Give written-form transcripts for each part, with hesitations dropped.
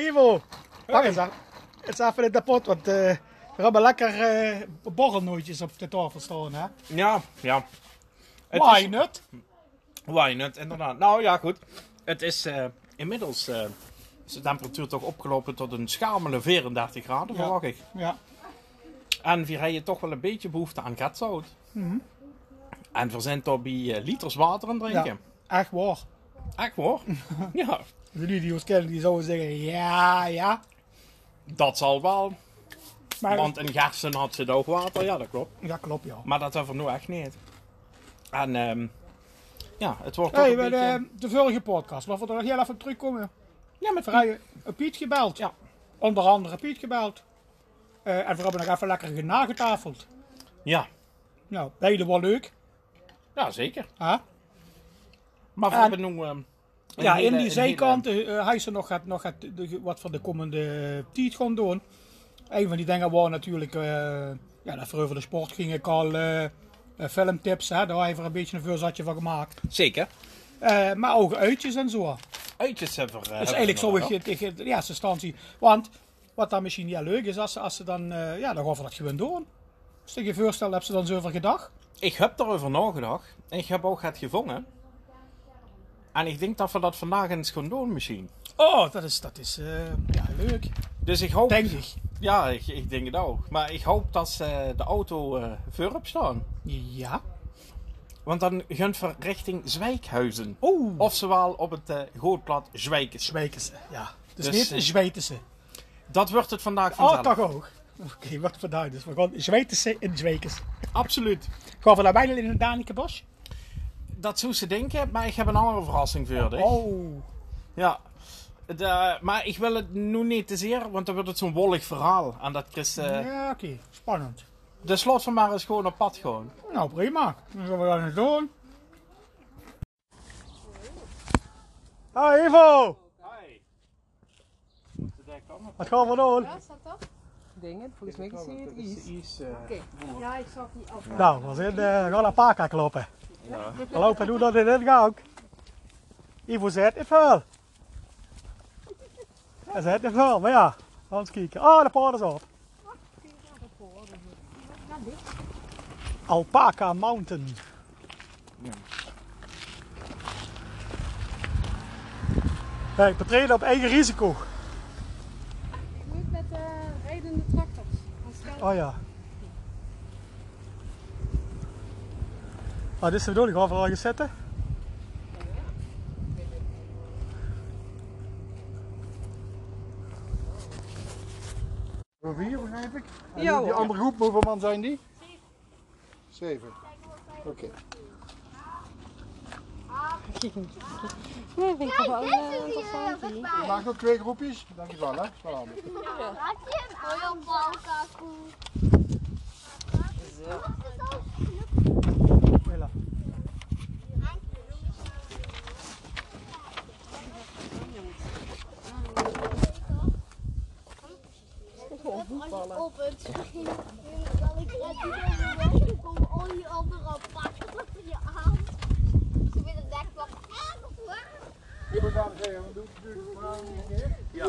Hey Ivo, wacht eens, het is even in de pot, want we hebben lekker borrelnootjes op de tafel staan, hè? Ja. Why not? Why not, inderdaad. Nou ja, goed. Het is inmiddels is de temperatuur toch opgelopen tot een schamele 34 graden, verwacht ik. Ja. En we hebben toch wel een beetje behoefte aan getzout. En we zijn toch bij liters water aan het drinken. Ja, echt waar. Echt hoor. Ja. Jullie die ons kennen, die zouden zeggen, ja. Dat zal wel. Maar, Want in Gersen had ze ook water, ja dat klopt. ja, klopt, ja. Maar dat hebben we nu echt niet. En ja, het wordt toch Hey, een bij beetje... de vorige podcast, laten we er heel even terugkomen. Ja, met We hebben Piet gebeld. Ja. Onder andere Piet gebeld. En we hebben nog even lekker nagetafeld. Ja. Nou, beide wel leuk. Ja, zeker. Huh? Maar we En- hebben nu... Ja, in die zijkant, hij is er nog wat voor de komende tijd gaan doen. Een van die dingen waren natuurlijk, dat we over de sport gingen, ik al filmtips, hè, daar hebben we even een beetje een verzatje van gemaakt. Zeker. Maar ook uitjes en zo. Uitjes hebben we... Dus eigenlijk zou ik tegen de eerste instantie, want wat dan misschien niet leuk is, als ze dan, dan gaan we dat gewoon doen. Als je je voorstelt, heb ze dan zoveel gedacht? Ik heb erover nagedacht. En ik heb ook het gevangen. En ik denk dat we dat vandaag eens gaan doen misschien. Oh, dat is leuk. Dus ik hoop... Denk ik. Ja, ik denk het ook. Maar ik hoop dat ze de auto voorop staan. Ja. Want dan gaan we richting Zwijkhuizen. Oeh. Oftewel op het Grootplat Zwijkes. Zweken ze, ja. Dus Dus, niet zweten ze. Dat wordt het vandaag Oh, vanzelf. toch ook. Oké, wat vandaag dus. We gaan zweten ze in Zwekens. Absoluut. Gaan we daarbij in het Danikebos? Dat zou ze denken, maar ik heb een andere verrassing voor dich. Oh. Ja. Maar ik wil het nu niet te zeer, want dan wordt het zo'n wollig verhaal. En dat is... Ja, oké. Spannend. De slot van maar eens gewoon op pad gewoon. Nou, prima. Dan gaan we dat eens doen. Hoi Ivo. Hi. Wat gaan we doen? Ja, staat dat? Dingen, volgens mij zie je het iets. Ja, ik zag die af. Nou, we gaan naar Parkak lopen. Ja. We lopen doen dat in het gang. Ivo zegt het veel. Hij zegt het veel, maar ja. Laten we kijken. Ah, de paard is op. Alpaca Mountain. Kijk, betreden op eigen risico. Moet met rijdende tractors. Oh ja. Ah, dit is de bedoeling. Gaan we al eens zetten? Vier begrijp ik. En Ja, die hoor. andere groep, hoeveel man zijn die? 7. Oké. Nee, vind ik toch wel interessant. Je maakt ook 2 groepjes? Dankjewel hè. Dat is wel handig. Hela. Op het schiet. Dat ik net die komen al die andere pakken achter je aan. Ze willen het echt pakken. Goed dames en heren, we doen de vragen nog een keer. Ja.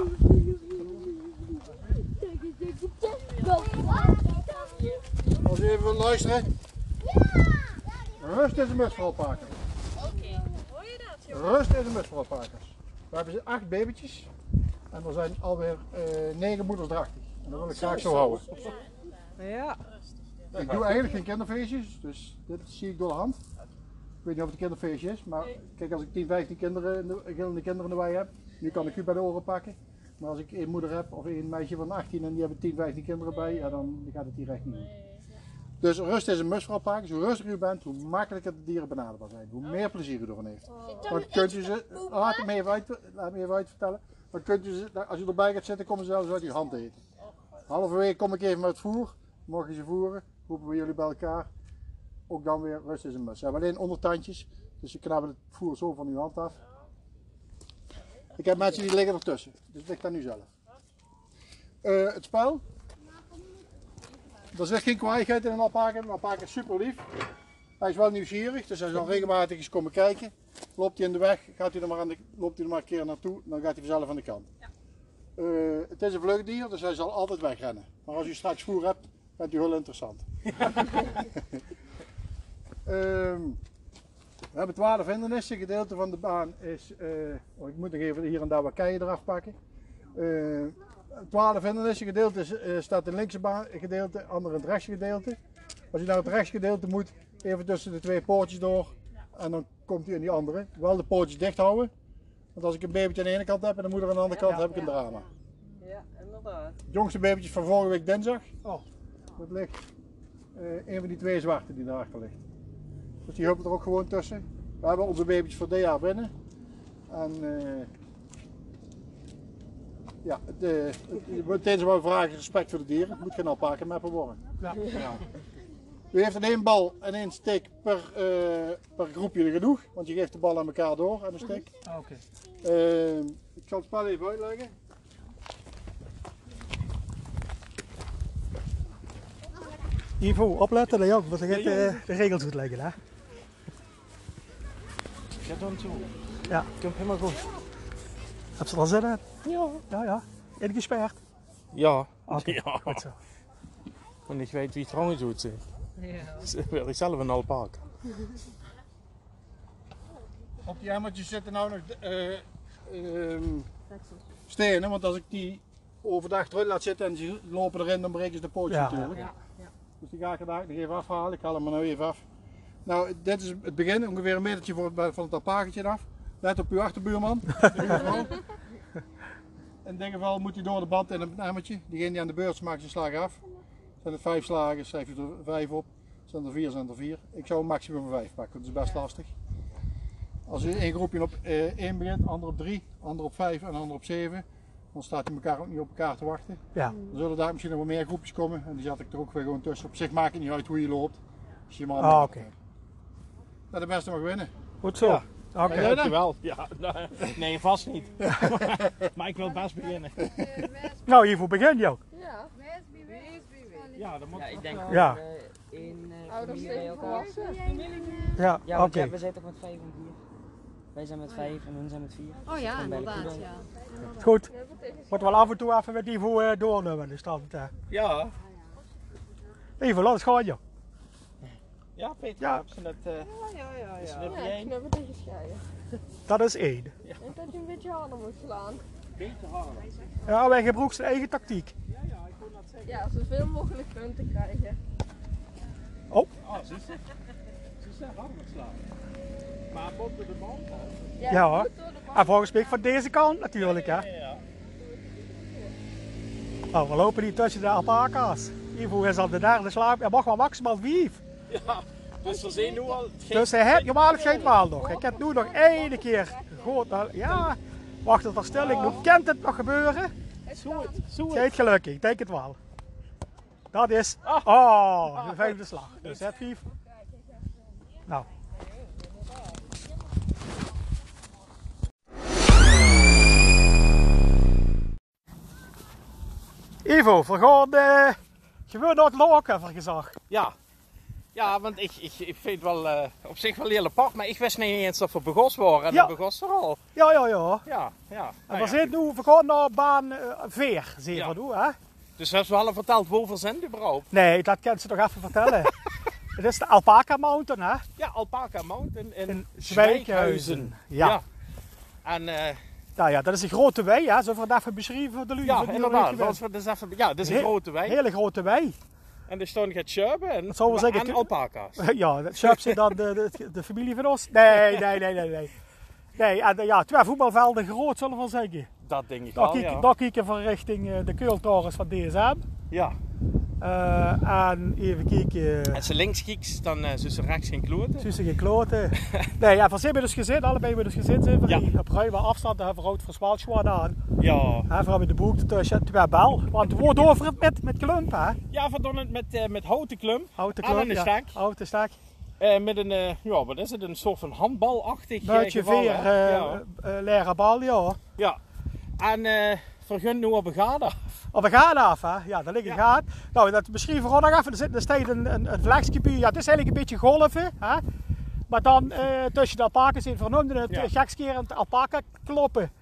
Als u even wilt luisteren. Rust is een must voor alpaca's. Hoor je dat, joh? Rust is een must voor alpaca's. We hebben 8 babytjes. En er zijn alweer 9 moeders drachtig. En dat wil ik graag zo houden. Ja. Ik doe eigenlijk geen kinderfeestjes, dus dit zie ik door de hand. Ik weet niet of het een kinderfeestje is, maar kijk, als ik 10, 15 gillende kinderen erbij heb, nu kan ik u bij de oren pakken. Maar als ik één moeder heb of één meisje van 18 en die hebben 10, 15 kinderen bij, ja, dan gaat het hier echt niet doen. Dus rust is een must voor alpaca's. Hoe rustiger u bent, hoe makkelijker de dieren benaderbaar zijn. Hoe meer plezier u ervan heeft. Dan kunt u ze, laat me even uit vertellen, dan kunt u ze, als u erbij gaat zitten, komen ze zelfs uit uw hand eten. Halverwege kom ik even met het voer, mogen ze voeren, roepen we jullie bij elkaar. Ook dan weer rust is een must. Ze hebben alleen ondertandjes, dus ze knappen het voer zo van uw hand af. Ik heb mensen die liggen ertussen, dus het ligt aan u zelf. Het spel. Er zit geen kwaaiigheid in een alpaca. Een alpaca is super lief. Hij is wel nieuwsgierig, dus hij zal regelmatig eens komen kijken. Loopt hij in de weg, loopt hij er maar een keer naartoe, dan gaat hij vanzelf aan de kant. Het is een vluchtdier, dus hij zal altijd wegrennen. Maar als u straks voer hebt, bent u heel interessant. We hebben 12 hindernissen. Het gedeelte van de baan is, ik moet nog even hier en daar wat keien eraf pakken. 12 hindernissen. Gedeelte staat in het linkse gedeelte, ander in het rechtse gedeelte. Als u naar het rechtse gedeelte moet, even tussen de 2 poortjes door en dan komt u in die andere. Wel de poortjes dicht houden, want als ik een babytje aan de ene kant heb en de moeder aan de andere kant, heb ik een drama. Ja, inderdaad. Het jongste babytje van vorige week dinsdag. Dat ligt een van die 2 zwarte die daarachter ligt. Dus die huppelt er ook gewoon tussen. We hebben onze babytjes voor dit jaar binnen. En ja, het enige wat we vragen is respect voor de dieren. Het moet geen alpaca-mapper worden. Ja. U heeft in 1 bal en 1 stick per groepje er genoeg. Want je geeft de bal aan elkaar door en een stick. Oké. Ik zal het spel even uitleggen. Ivo, opletten dat je ook, want dan gaat de regels goed leggen, hè? Ga dan toe. Ja. Komt helemaal goed. Heb je er al zin in? Ja. Ja. Ingesperd? Ja. Oké, Ja. goed zo. Want ik weet wie trouwens doet. Ja. Wil ik zelf een alpaca. Op die emmertjes zitten nou nog stenen. Want als ik die overdag eruit laat zitten en ze lopen erin, dan breken ze de pootjes natuurlijk. Ja. Dus die ga ik er nog even afhalen. Ik haal hem er nou even af. Nou, dit is het begin. Ongeveer een metertje van het alpaketje af. Let op uw achterbuurman. In dit geval moet hij door de band in een emmertje. Diegene die aan de beurt maakt zijn slag af. Zijn het 5 slagen, schrijf je er 5 op. Zijn er 4, zijn er 4. Ik zou een maximum van 5 pakken, dat is best lastig. Als u één groepje op 1 begint, ander op 3, ander op 5 en ander op 7, dan staat hij elkaar ook niet op elkaar te wachten. Ja. Dan zullen daar misschien nog wel meer groepjes komen en die zet ik er ook weer gewoon tussen. Op zich maakt het niet uit hoe je loopt. Als je maar Oké. Dat de beste mag winnen. Goed zo. Ja. Oké. Ja, Dankjewel. Ja, nee, vast niet. Maar ik wil best beginnen. Nou, Ivo, begin jou. Ja. Ja, dat moet Ja, ik denk Ja. in Ouders familie bij tegen elkaar. volwassenen. Ja, Ja, want oké. we zitten ook met 5 en 4. Wij zijn met 5 en hun zijn met 4. Oh ja, Dan ben ik inderdaad. goed. Ja. Goed. Moeten we wel af en toe even met Ivo doornemen, de stand. Ja. Ivo, laat het gaan, joh. Ja, Peter, Ja. heb ze het... Ja. Is er Ja, ik heb het tegen scheiden. Dat is 1. Ik denk dat je een beetje harder moet slaan. Ja, wij gebruiken zijn eigen tactiek. Ja, zoveel mogelijk punten krijgen. Oh, ze zijn hard met slaan. Maar boven de bal. Ja hoor. En volgens mij van deze kant natuurlijk, hè. Ja. Oh, we lopen hier tussen de alpaca's. Ivo is al de derde slaap. Hij mag wel maximaal 5. Ja, dus we zien nu al... Dus hij heeft normaal geen maal nog. Ik heb nu nog 1 keer gehoord. Ja, wacht het er stil. Ik moet, kent het nog gebeuren? Zo Geet gelukkig, ik denk het wel. Dat is, oh, de 5e slag. Dus het 5. Nou. Ivo, vergaan gewoon door het loken even gezag. Ja. Ja, want ik vind het wel op zich wel heel apart, maar ik wist niet eens dat we begos waren en Ja. dat begos er al. Ja. Ja. En Nou we ja, zijn nu, we gaan naar baan 4, zie je Ja. van nu, hè? Dus hebben ze wel al verteld hoeveel zijn er überhaupt? Nee, dat kan ze toch even vertellen. Het is de Alpaca Mountain, hè? Ja, Alpaca Mountain in Zwijkhuizen. Ja. En Nou ja, dat is een grote wei, hè? Zullen we het even beschrijven voor de lui? ja, inderdaad. Dat is een grote Een wei. hele grote wei. En er staan gaat scherpen en, zou wel zeggen, en alpaca's. Ja, Sharp zit dan de familie van ons? Nee. Nee, en ja, 2 voetbalvelden groot, zullen we wel zeggen. Dat denk ik Dan wel, ja. kijken we richting de keultorens van DSM. Ja. En even kijken. Als ze links kijkt, dan zijn ze rechts geen kloten. Zussen geen kloten. Nee, ja, van zijn we dus gezin, allebei we dus gezin zijn. Ja. Op ruime afstand hebben we rood verswaald gewoon aan. Ja. En we hebben de boek tussen 2 bel. Want we worden over het met klump, hè? Ja, we doen het met houten klum. Houten Aan klump, een ja. stek. Houten stek. Met een, ja, wat is het? Een soort van handbalachtig Buitje geval, veer, hè? Ja. leren bal, ja. Ja. En vergun nu op een gade af. Op een gaat af, hè? Ja, daar ligt een gaat. Nou, dat beschrijven we gewoon nog even. Er staat een vleksgebied. Ja, het is eigenlijk een beetje golven, hè? Maar dan tussen de alpaca's in vernoemde het Ja. gekskerend alpaca kloppen.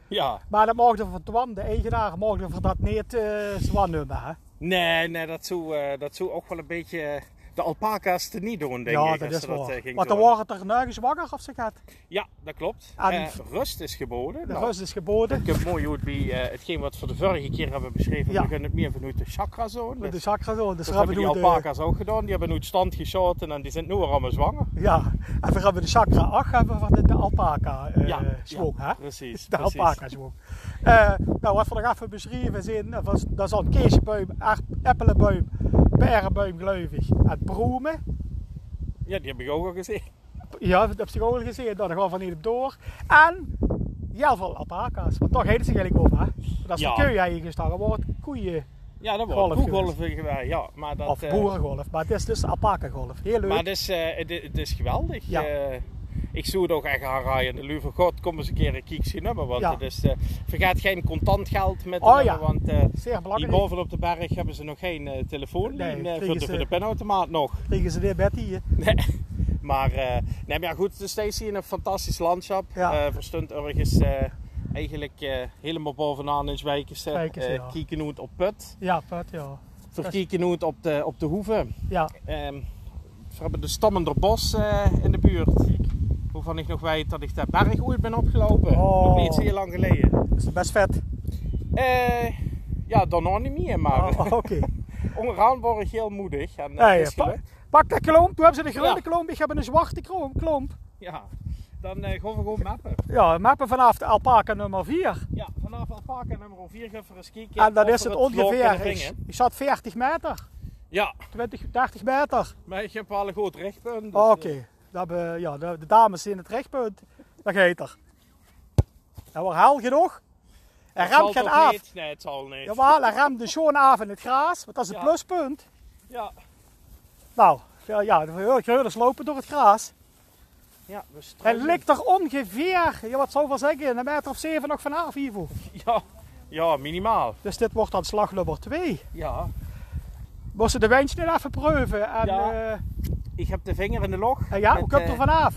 Ja. Maar dat mocht van Twan, de eigenaar, mocht voor dat niet zwannen, hè? Nee, dat zou ook wel een beetje de alpaca's te niet doen, denk Ja, ik. dat als is ze dat, waar. ging Want dan doen. wordt er nergens zwanger of ze gaat. Ja, dat klopt. En- Rust is geboden. De Nou, rust is geboden. ik heb mooi hoe het bij hetgeen wat we de vorige keer hebben beschreven. Ja. We gaan het meer vanuit de chakra-zone. Met de Dus, chakra zo. Dus dat we hebben die doen alpaca's ook gedaan. Die hebben nu het stand geschoten en die zijn nu al allemaal zwanger. ja, en we hebben de chakra 8 hebben we van de alpaca zwong, hè? Precies. De precies. alpaca zwong. Nou, wat we nog even beschreven zijn, dat is al een keesboom, eppelenboom, perenboom, gelovig en broemen. Ja, die heb ik ook al gezien. Ja, dat heb je ook al gezien, daar gaan we van hier op door. En heel veel alpaca's, want toch heet ze eigenlijk over, hè? Dat is Ja. de keu gestaan, wordt koeien Ja, dat Golf wordt koegolven. Ja, maar dat, of boerengolf, maar het is dus alpaca-golf. Heel leuk. maar het is geweldig. Ja. Ik zou het ook echt aanraaien. De lieve God, kom eens een keer een kiekje hebben. Want Ja. het is, vergeet geen contant geld met Oh te ja. hebben, want Zeer hier belangrijk. boven op de berg hebben ze nog geen telefoonlijn Nee, voor de pinautomaat nog. Kregen ze dit bed hier. Maar, nee, maar ja, goed, dus steeds hier een fantastisch landschap. Ja. Verstond ergens eigenlijk helemaal bovenaan in Zwijkense. Zwijkense, ja. Kiekenoet op Put. Ja, put, ja. Verkiekenoet op de Hoeve. Ja, We hebben de Stammender Bos in de buurt. Waarvan ik nog weet dat ik daar berg ooit ben opgelopen. Oh. Nog niet zeer lang geleden. dat is best vet. Ja, dan nog niet meer, maar Oké. onderaan word ik heel moedig. En, Hey, is gelukt. pak dat klomp, toen hebben ze de groene Ja. klomp, ik heb een zwarte klomp. Ja, dan gaan we gewoon mappen. Ja, mappen vanaf de alpaca nummer 4. Ja, vanaf alpaca nummer 4 gaan we eens kijken. En dat of is we het vlog kunnen ongeveer, vingen. ik zat 40 meter, Ja, 20, 30 meter. maar ik heb wel een goed rechtpunt. Dus, Oké, ja, de dames in het rechtpunt, dat gaat er. En waar haal je nog? Hij het zal ramt geen toch af. niet? Nee, het zal niet. Jawel, hij ramt dus gewoon af in het gras, want dat is het Ja. pluspunt. Ja, Nou, ja, de geurders lopen door het gras. ja, we Hij struinen. ligt er ongeveer, ja, wat zou ik wel zeggen, een meter of 7 nog vanaf, Ivo. Ja, minimaal. Dus dit wordt dan slag nummer 2. Ja, Moesten de wens nu even proeven. En, Ja. ik heb de vinger in de log. en ja, met, hoe komt er vanaf?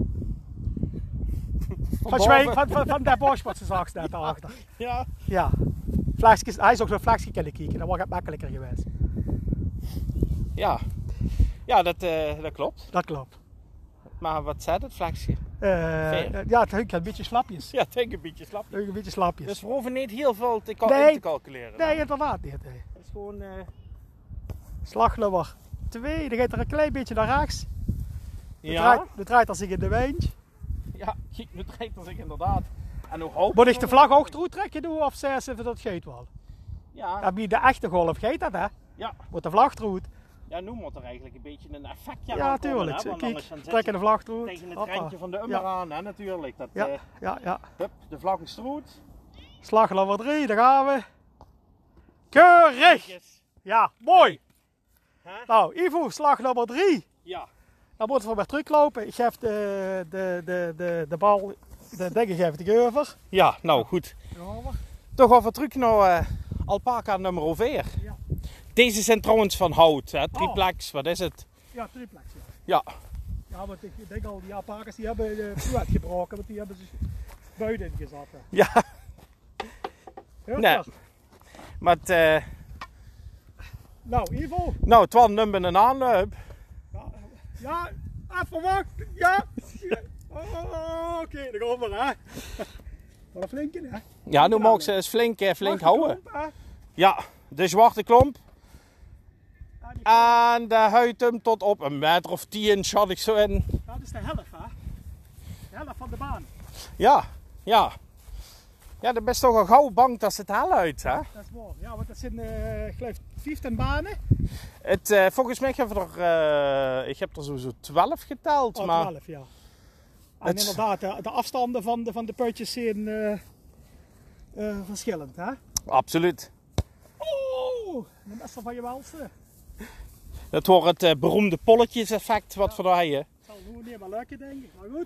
Van dat bos wat ze zag net daarachter. Ja, Ja. Vlaksjes, hij is ook zo'n vlaksje kunnen kijken, dan wordt het makkelijker geweest. ja dat klopt. Dat klopt. Maar wat zei het vlaksje? Ja, het heukt een beetje slapjes. Ja, ik denk een beetje slap. Heukt een beetje slapjes. Dus we hoeven niet heel veel Nee. in te calculeren. Nee, inderdaad niet. Nee. Het is gewoon... Slagnummer 2, dan gaat er een klein beetje naar rechts. ja, Dan draait er zich in de wind. ja, kijk, nu draait er zich inderdaad. En hoe hoog... Moet ik de vlag ook terug trekken doen of zei ze dat geet wel? Ja, Ja, wie de echte golf geet dat hè? ja. Moet de vlag terug. Ja, nu moet er eigenlijk een beetje een effectje Ja, aan natuurlijk. komen, hè, want Kijk, anders dan zet trekken je de vlag terug. tegen het Hoppa. randje van de ummer aan, hè, natuurlijk. Dat, Ja, ja. hup, de vlag is rood. Slag nummer 3, daar gaan we. Keurig! Ja, mooi! Hè? Nou, Ivo, slag nummer 3. Ja, Dan moeten we weer teruglopen. Ik geef de bal, de dingen geef ik over. ja, nou goed. Toch even terug naar alpaca nummer 4. Ja. Deze zijn trouwens van hout, hè, triplex, wat is het? Ja, triplex. Ja. Ja, Ja, want ik denk al, die alpaca's die hebben de vloer gebroken, want die hebben ze buiten ingezet. ja, Heel Nee. goed. maar het, Nou, Ivo. nou, het was nummer een aanloop. Ja, even wacht. Ja. Oké, daar gaan we, hè. Wat een flinke, hè. Ja, nu mag ze eens flink Wacht, houden. kom, hè. Ja, de zwarte klomp. Ja, die- En de huid hem tot op een meter of 10 schat ik zo in. Dat is de helft, hè. De helft van de baan. Ja, ja. Ja, dan ben je toch al gauw bang dat ze het hel uit, hè? Dat is mooi. Ja, want dat zijn, ik geloof, 15 banen. Volgens mij hebben we er, ik heb er sowieso 12 geteld, Oh, maar 12, ja. En Het- inderdaad, de afstanden van de putjes zijn verschillend, hè. absoluut. Oh, de beste van je welste. Het wordt het beroemde polletjes-effect wat we daar hebben. Het zal nu niet meer lukken, denk ik. Maar goed.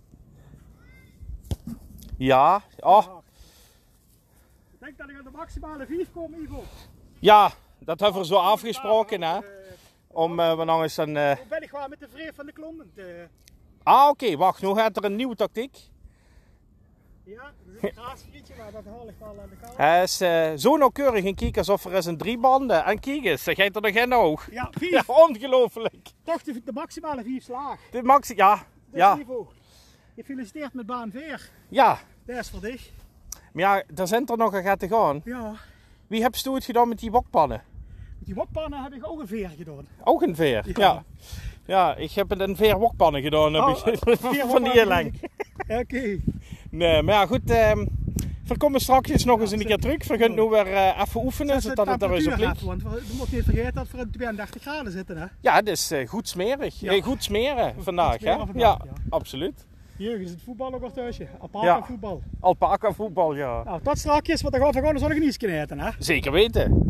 Ja, oh, Ik denk dat ik aan de maximale 5 kom, Ivo. ja, dat hebben we zo afgesproken, hè? Om, want anders dan... Hoe ben ik gewoon met de vreef van de klommen? Oké, wacht, nu gaat er een nieuwe tactiek. Ja, dat is een graassprietje, maar dat haal ik wel aan de kant. Hij is zo nauwkeurig in kijken alsof er is een 3 banden. En kijk eens, zeg jij er nog geen oog? Ja, 4. Ja, ongelooflijk. Toch de maximale 4 slaag. De maxi, ja. Ja. Niveau. Gefeliciteerd met baan 4. Ja. Dat is voor dich. Maar ja, daar zijn er nog een gaat te gaan. Ja. Wie heb je het gedaan met die wokpannen? Met die wokpannen heb ik ook een veer gedaan. Ook een veer? Ja. Ja, ik heb het in veer wokpannen gedaan. Van die lengte. Oké. Nee, maar ja, goed. We komen straks nog eens een keer terug. We gaan nu weer even oefenen, zodat het er eens op ligt. Want we moeten niet vergeten dat we in 32 graden zitten. Hè? Ja, het is goed smerig. Ja. Goed smeren vandaag. Goed smeren Hè? vandaag, Ja, absoluut. Hier is het voetbal ook nog thuisje. Alpaca voetbal. Alpaca voetbal, ja. Nou, tot straks, want dan gaan we gewoon eens nog iets eten. Hè? Zeker weten.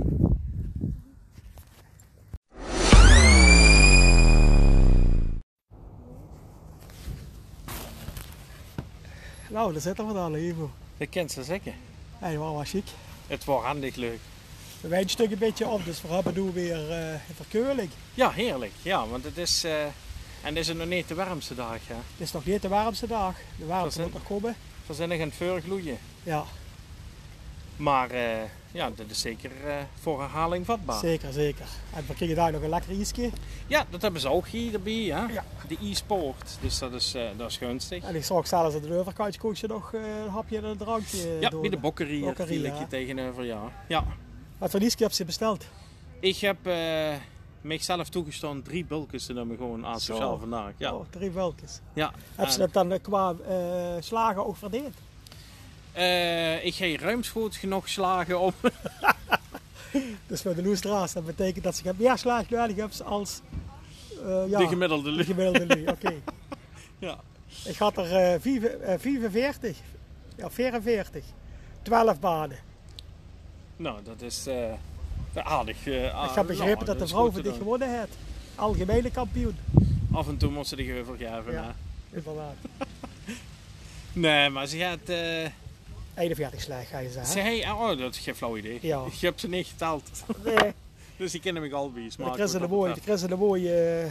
Nou, daar zitten we dan, Ivo. Dat kent ze zeker. Hey, dat was wel chic. Het was handig leuk. We wijden een stuk een beetje op, dus we hebben nu weer verkeuring. Ja, heerlijk. Ja, want het is... en is het nog niet de warmste dag, hè? Het is nog niet de warmste dag. De warmste moet nog komen. Verzinnig aan het vuur gloeien. Ja. Maar ja, dat is zeker voor herhaling vatbaar. Zeker, zeker. En we kregen daar nog een lekker ijsje. Ja, dat hebben ze ook hier erbij, hè? Ja. De e-sport. Dus dat is gunstig. En ik zag zelfs aan de overkantje nog een hapje en een drankje. Ja, bij de bokkerie. Bokkerie, hier tegenover, ja. Ja. Wat voor ijsje heb je besteld? Ik heb mijzelf toegestaan 3 bulkjes te nemen gewoon aan sociaal vandaag. Ja. Oh, 3 bulkjes. Ja. Heb je dat dan qua slagen ook verdeeld? Ik ga ruimschoots genoeg slagen om. Dus voor de luisteraars, dat betekent dat ze meer slagen nodig hebben als de gemiddelde De gemiddelde lu, oké. Ja. Ik had er 45, ja 44, 12 banen. Nou, dat is aardig. Ik heb begrepen dat de vrouw van die gewonnen heeft. Algemene kampioen. Af en toe moest ze de geuvel geven. Ja, inderdaad. Nee, maar ze gaat... 41 slag ga je zeggen. Oh, dat is geen flauw idee. Ja. Je hebt ze niet geteld. Nee. Dus die kennen me al bij. De Chris een mooie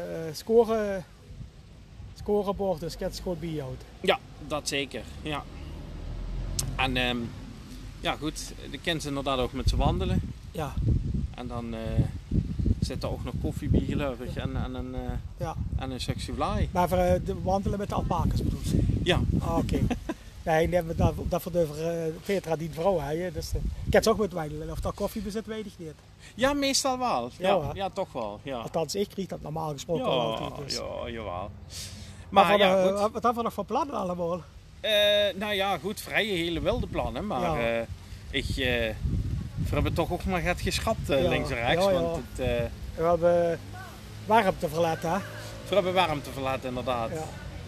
scorebord, dus ik heb het gewoon bijhouden. Ja, dat zeker. Ja. En ja goed, de kent ze inderdaad ook met z'n wandelen. Ja. En dan zit er ook nog koffie bij geloof ik. Ja. En een stukje vlaai. Maar voor de wandelen met de alpacas bedoel je? Ja. Ah, oké. Nee, dat voor de Petra die vrouw hebben. Dus, ik heb ze ook met wandelen. Of dat koffie bezit, weet ik niet. Ja, meestal wel. Ja, toch wel. Ja. Althans, ik kreeg dat normaal gesproken ja, altijd. Dus. Ja, jawel. Maar ja, goed. Wat hebben we nog voor plannen allemaal? Nou ja, goed, vrije hele wilde plannen. Maar we hebben toch ook maar het geschrapt links en rechts. Ja, want we hebben warmte verlaten, hè? We hebben warmte verlaten, inderdaad. Ja.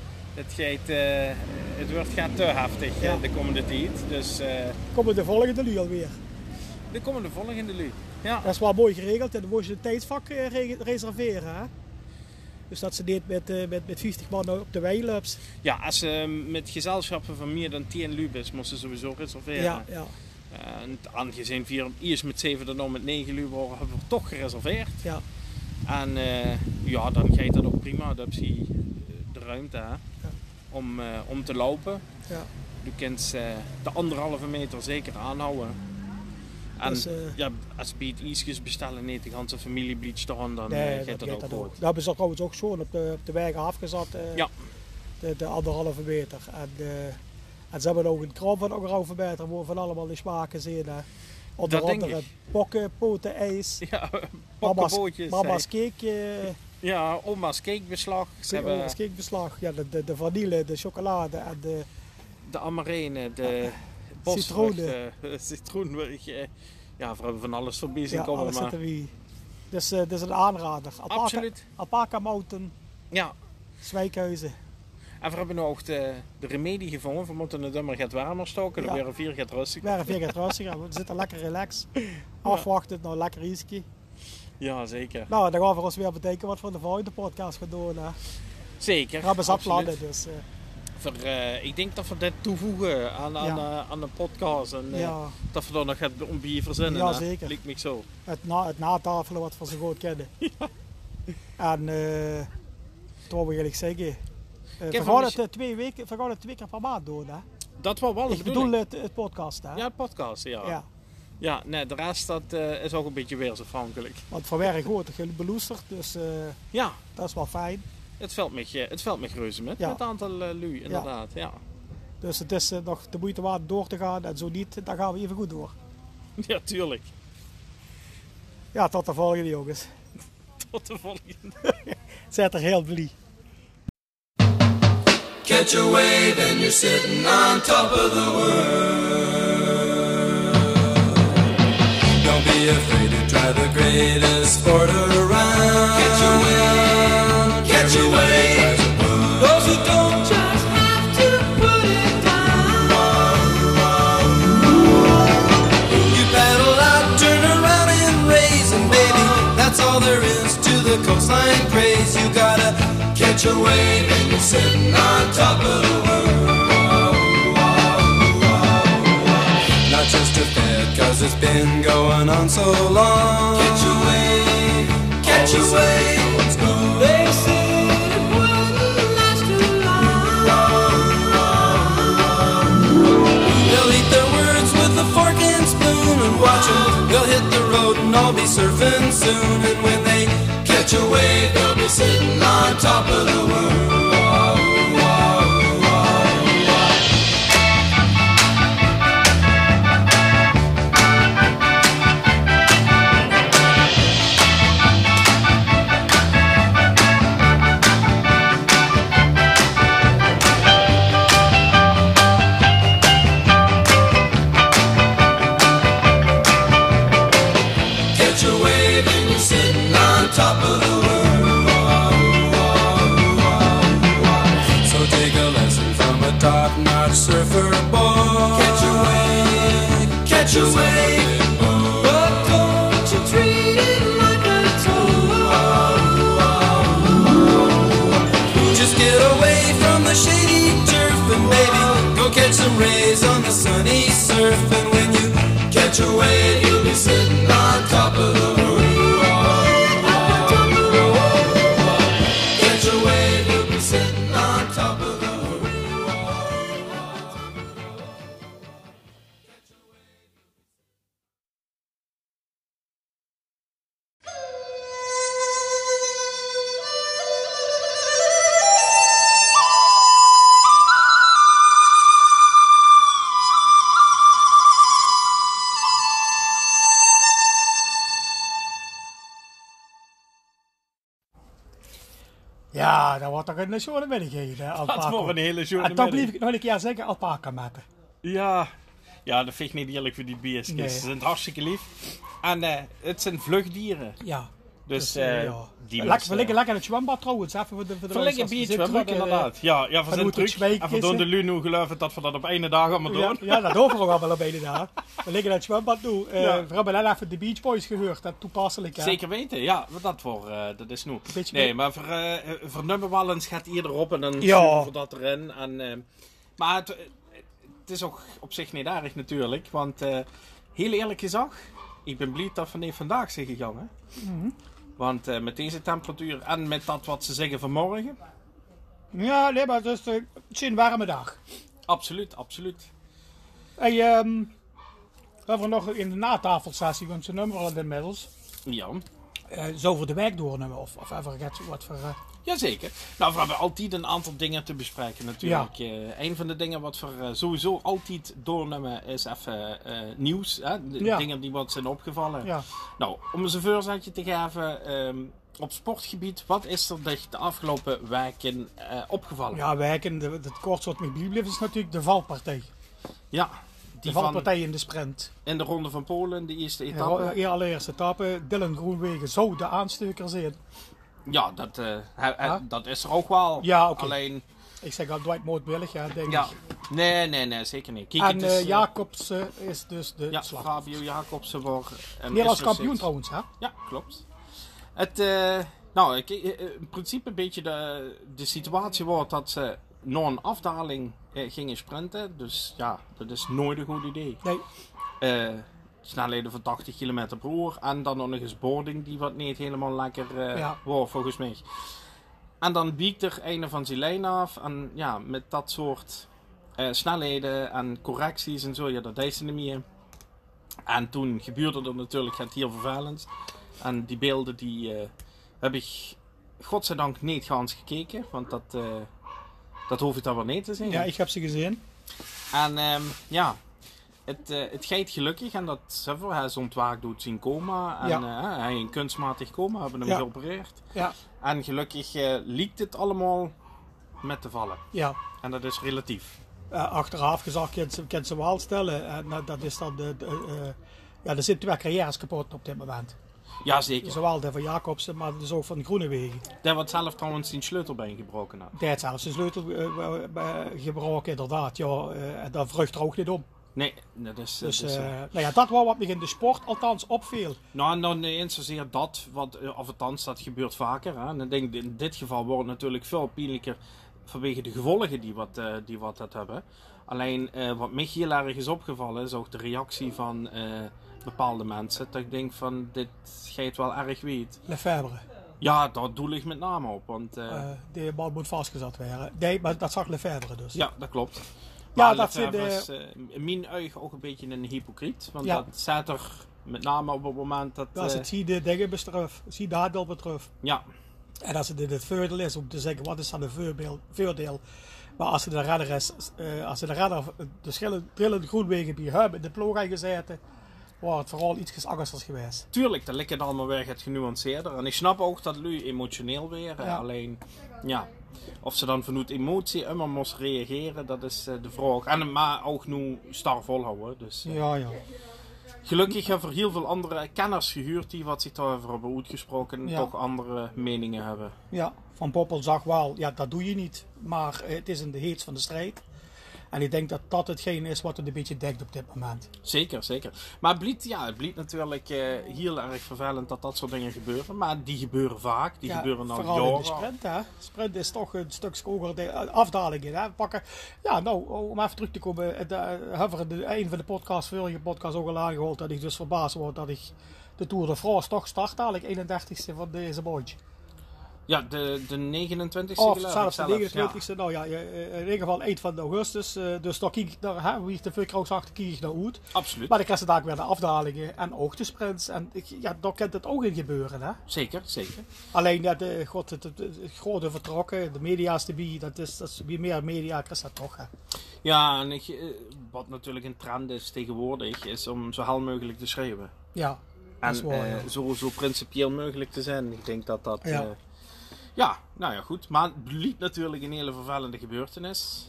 Het wordt te heftig de komende tijd. Dus, komen de volgende lu alweer? De komende volgende lu. Ja. Dat is wel mooi geregeld en dan moet je een tijdsvak reserveren. Hè? Dus dat ze niet met 50 man op de wei loopt. Ja, als ze met gezelschappen van meer dan 10 lu is, moesten ze sowieso reserveren. Ja, ja. Aangezien 4 eerst met 7 dan nog met 9 lu worden, hebben we toch gereserveerd. Ja. En ja, dan gaat dat ook prima. Dan heb je de ruimte om te lopen. Ja. Je kunt de 1,5 meter zeker aanhouden. En dus, ja, als je bij het ijsjes bestellen niet de hele familie blijft staan, dan gaat dat ook goed. Dat hebben ze trouwens ook zo op de weg afgezet. Ja. De 1,5 meter. En ze hebben ook een kraam van 1,5 meter waar van allemaal die smaken zien. Onder andere pokken, poten, ijs. Ja, pokkenbootjes. Mama's cake. Ja, oma's cakebeslag. Oma's cakebeslag. Ja, de vanille, de chocolade en de amarene, de citroen. Ja, we hebben van alles voorbij zien komen. Alles maar. Dus dat is een aanrader. Absoluut. Alpaca Mountain. Ja. Zwijkhuizen. En we hebben nu ook de remedie gevonden. We moeten het nummer gaat warmer stoken. De weer 4 gaat rustiger. We zitten lekker relaxed. Afwachten, nou lekker ijsje. Ja, zeker. Nou, dan gaan we ons weer bedenken wat we de volgende podcast gaan doen. Hè. Zeker. We hebben zat plannen, dus... ik denk dat we dit toevoegen aan de podcast. En dat we er nog een bier verzinnen. Ja, zeker. Lijkt me zo. Het natafelen wat we zo goed kennen. Ja. En dat wil ik eigenlijk zeggen. We gaan het 2 keer per maand doen. Hè? Dat was wel de Ik bedoeling. bedoel het podcast, hè? Ja, het podcast, ja. Ja. Ja, nee, de rest dat, is ook een beetje weersafhankelijk. Want voor werk wordt het beloesterd, dus Ja, dat is wel fijn. het valt me reuze met Ja. het aantal lui, inderdaad. Ja, Dus het is nog de moeite waard door te gaan en zo niet, dan gaan we even goed door. ja tuurlijk. Ja, tot de volgende jongens. Tot de volgende. Zet er heel blij. Catch a wave and you're sitting on top of the world. Don't be afraid to try the greatest sport around. Catch a wave, catch a wave. Those who don't just have to put it down. You paddle out, turn around and raise, and baby, that's all there is to the coastline craze. You gotta catch a wave and you're sitting on top of the world. Not just a fad, cause it's been going on so long. Catch a wave, catch a wave. They said it wouldn't last too long. They'll eat their words with a fork and spoon and watch them. They'll hit the road and all be surfing soon. And when they catch a wave, they'll be sitting on top of the world. Catch a wave and you're sitting on top of the world. So take a lesson from a top-notch surfer boy. Catch a wave, catch a wave. But don't you treat it like a toy. Just get away from the shady turf and baby, go catch some rays on the sunny surf. And when you catch a wave, you'll be sitting on top of the world. Catch a wave, you'll be sitting on top of the world. Ja, dat wordt toch een schone middagheid, hè, Dat alpaca. wordt een hele schone En dan middag. blijf ik nog een keer zeggen, alpaca matten. Ja, dat vind ik niet eerlijk voor die beestjes. Nee. Ze zijn hartstikke lief. En het zijn vluchtdieren. Ja. Dus ja. die We liggen lekker in het zwembad trouwens, even voor de Verleggen luisteraars. bij het We zitten zwembad, druk, inderdaad. Ja, we van zijn hoe druk. het zwemmen En we is, doen de hè. Luno geloven dat we dat op één dag allemaal doen. Ja, dat horen we wel op een dag. We liggen in het zwembad nu. Ja. We hebben net even de Beach Boys gehoord, dat toepasselijk. Hè. Zeker weten, ja. Dat is nu. Beetje Nee, maar voor nummerwallens gaat hier erop en dan Ja. sturen we dat erin. En, maar het is ook op zich niet erg natuurlijk. Want heel eerlijk gezegd, ik ben blij dat we vandaag zijn gegaan. Mhm. Want met deze temperatuur en met dat wat ze zeggen vanmorgen. Ja, nee, maar het is het is een warme dag. Absoluut, absoluut. Hey, we hebben nog in de natafelsessie, want ze nummer al inmiddels. Ja. Zo voor de wijk doornemen of even wat voor... Jazeker. Nou, we hebben altijd een aantal dingen te bespreken natuurlijk. Een van de dingen wat we sowieso altijd doornemen is even nieuws. Hè? De Ja. dingen die wat zijn opgevallen. Ja. Nou, om eens een voorzetje te geven. Op sportgebied, wat is er de afgelopen weken opgevallen? Ja, wijken, het kortste wat me bijblijft is natuurlijk de valpartij. Ja, De die van valpartij in de sprint. in de Ronde van Polen, de eerste etappe. De allereerste etappe, Dylan Groenewegen zou de aansteker zijn. Ja, dat is er ook wel. Ja, oké. Alleen, Ik zeg al Dwight moordwillig, ja, denk ja. ik. Nee, zeker niet. Kijk, En het is, Jacobsen is dus de ja, slag. Fabio Jacobsen wordt... Nederlands kampioen trouwens, hè? Ja, klopt. In principe een beetje de situatie wordt dat ze naar een afdaling gingen sprinten. Dus ja, dat is nooit een goed idee. Nee. Snelheden van 80 km per uur. En dan nog eens boarding die wat niet helemaal lekker wordt volgens mij. En dan biegt er een van zijn lijn af. En ja, met dat soort snelheden en correcties en zo, ja, dat deed ze niet meer. En toen gebeurde er natuurlijk het heel vervelend. En die beelden die heb ik godzijdank niet gans gekeken, want dat hoef ik dan wel niet te zien. Ja, ik heb ze gezien. En het gaat gelukkig en dat ze hij is ontwaakt doet zijn coma. En hij een kunstmatig coma, hebben hem geopereerd. Ja. En gelukkig liekt het allemaal met te vallen. Ja. En dat is relatief. Achteraf gezegd kan ze wel stellen. En dat is dan er zitten 2 carrières kapot op dit moment. Ja, zeker. Zowel de van Jacobsen, maar dus ook van de Groenewegen. Daar wordt zelf trouwens zijn sleutelbeen gebroken. Die heeft zelfs zijn sleutel gebroken, inderdaad. Ja, dat vrucht er ook niet om. Nee, dat is... Dus dat was wat me in de sport althans opviel. Nou, niet eens zozeer dat, of althans dat gebeurt vaker. Hè. En ik denk, in dit geval wordt het natuurlijk veel pijnlijker vanwege de gevolgen die wat dat hebben. Alleen, wat mij heel erg is opgevallen, is ook de reactie van bepaalde mensen. Dat ik denk van, dit gaat wel erg weet. Lefebvre. Ja, daar doel ik met name op. Want, die bal moet vastgezet worden. Nee, maar dat zag Lefebvre dus. Ja, dat klopt. Ja, maar dat is in mijn ogen ook een beetje een hypocriet. Want dat staat er met name op het moment dat... Als het zie de dingen betreft, zie de handel betreft. Ja. En als het het voordeel is om te zeggen, wat is dan een voordeel? Maar als de redder is, de trillende Groenewegen bij hem in de ploeg hebben gezeten, wordt het vooral iets anders geweest. Tuurlijk, dan ligt het allemaal weer het genuanceerder. En ik snap ook dat lui emotioneel weer. Ja. Alleen, ja, of ze dan vanuit emotie immer moest reageren, dat is de vraag. Maar ook nu star volhouden. Dus, ja. Gelukkig hebben we heel veel andere kenners gehuurd die wat zich daarover hebben uitgesproken en toch andere meningen hebben. Ja, Van Poppel zag wel, ja, dat doe je niet, maar het is in de heets van de strijd. En ik denk dat dat hetgeen is wat het een beetje dekt op dit moment. Zeker. Maar het blijft natuurlijk heel erg vervelend dat soort dingen gebeuren. Maar die gebeuren vaak. Die gebeuren al vooral jaren. In de sprint, hè. Sprint is toch een stuk hoger afdalingen. Hè. Pakken. Ja, nou, om even terug te komen. Een van de podcasts, vorige podcast ook al aangehaald. Dat ik dus verbaasd word dat ik de Tour de France toch start. Eigenlijk 31ste van deze bootje. Ja, de 29ste of zelfs de 29ste, ja. Nou ja, in ieder geval eind van augustus. Dus daar kijk ik naar, wie de Vuurkraus achter, kijk ik naar uit. Absoluut. Maar dan krijg je daar weer de afdalingen en ook de sprints. En daar kan het ook in gebeuren, hè. Zeker. Alleen, ja, het grote vertrokken, de media's erbij, dat is wie meer media krijgt dat toch, hè. Ja, en wat natuurlijk een trend is tegenwoordig, is om zo hel mogelijk te schrijven. Ja, en dat is waar, zo principieel mogelijk te zijn. Ik denk dat... Ja. Nou ja, goed. Maar het blijft natuurlijk een hele vervelende gebeurtenis.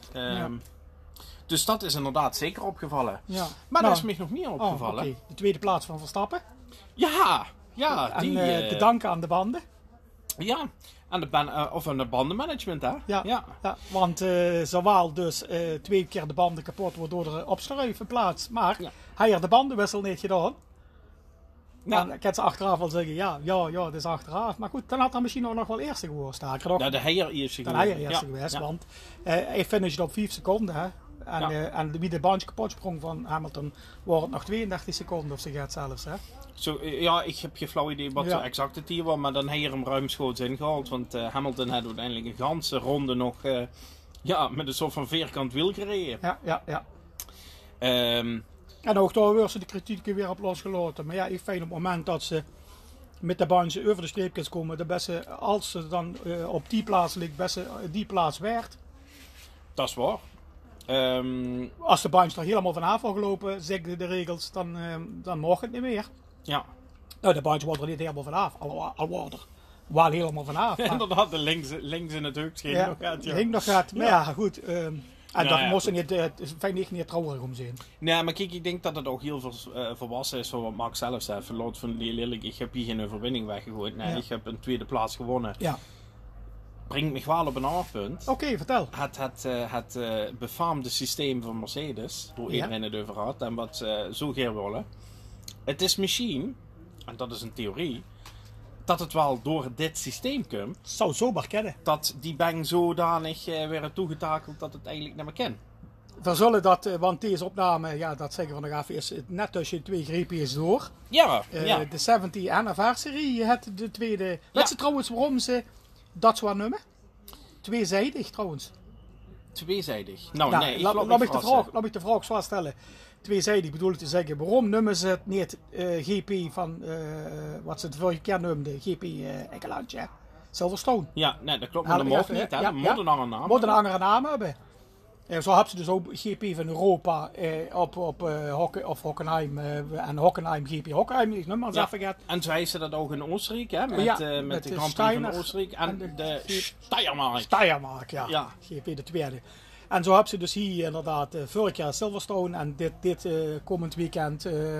Dus dat is inderdaad zeker opgevallen. Ja. Maar dat is me nog meer opgevallen. Okay. De tweede plaats van Verstappen. Ja. En te danken aan de banden. Ja, aan de bandenmanagement, hè? Ja. Want zowel dus 2 keer de banden kapot wordt door de opschuiven plaats. Maar hij had de bandenwissel niet gedaan. Dan kan ze achteraf wel zeggen, ja, dat is achteraf. Maar goed, dan had hij misschien ook nog wel eerste geworden staan. Ja, de heier eerste geweest. Want hij finishte op 5 seconden. Hè. En wie de bandje kapot sprong van Hamilton, wordt het nog 32 seconden of ze gaat zelfs. Hè. Ik heb geen flauw idee wat exact het hier was. Maar dan heeft hij hem ruimschoots ingehaald. Want Hamilton had uiteindelijk een ganse ronde nog met een soort van veerkant wiel gereden. Ja. En ook daar werd ze de kritiek weer op losgelaten. Maar ja, ik vind op het moment dat ze met de bandje over de streep kunnen komen, de beste, als ze dan op die plaats ligt, beste die plaats werd. Dat is waar. Als de bandje er helemaal vanaf was gelopen, zeggen de regels, dan mag het niet meer. Ja. Nou, de bandje wordt er niet helemaal vanaf, al wordt er wel helemaal vanaf. Inderdaad, de links in het hoek scheen nog gaat. Hing nog gaat, maar ja, goed. En dat moest niet traurig om zijn. Nee, maar kijk, ik denk dat het ook heel volwassen is van wat Max zelf zei. Verloot van Lelijk, ik heb hier geen overwinning weggegooid. Nee, ik heb een tweede plaats gewonnen. Ja. Brengt me wel op een afpunt. Oké, vertel. Het befaamde systeem van Mercedes, hoe iedereen het over had en wat ze zo geer willen. Het is misschien, en dat is een theorie, dat het wel door dit systeem komt. Zou zomaar kennen. Dat die bang zodanig weer toegetakeld dat het eigenlijk niet meer kan. We zullen dat, want deze opname, dat zeggen we nog even, is net tussen 2 greepjes door. Ja. De 70th anniversary, de tweede. Weet ze trouwens waarom ze dat zo noemen? Tweezijdig trouwens. Tweezijdig. Nou, Nou, nee, ik laat laat me me verrassen. de vraag zo stellen. Tweezijdig bedoel ik te zeggen, waarom noemen ze het niet GP van, wat ze het vorige keer noemden, GP Engelandje, Silverstone. Ja, nee, dat klopt, maar dat mag niet, hè. Dat moet een andere naam Moet een andere naam hebben. Zo hebben ze dus ook GP van Europa op Hockenheim en Hockenheim GP Hockenheim, ik noem maar eens even gaat. En zo is ze dat ook in Oostenrijk, hè, met de Grand Prix Steiner van Oostenrijk en de Steiermark. Steiermark, ja. Ja. GP de tweede. En zo hebben ze dus hier inderdaad vorig jaar Silverstone en dit komend weekend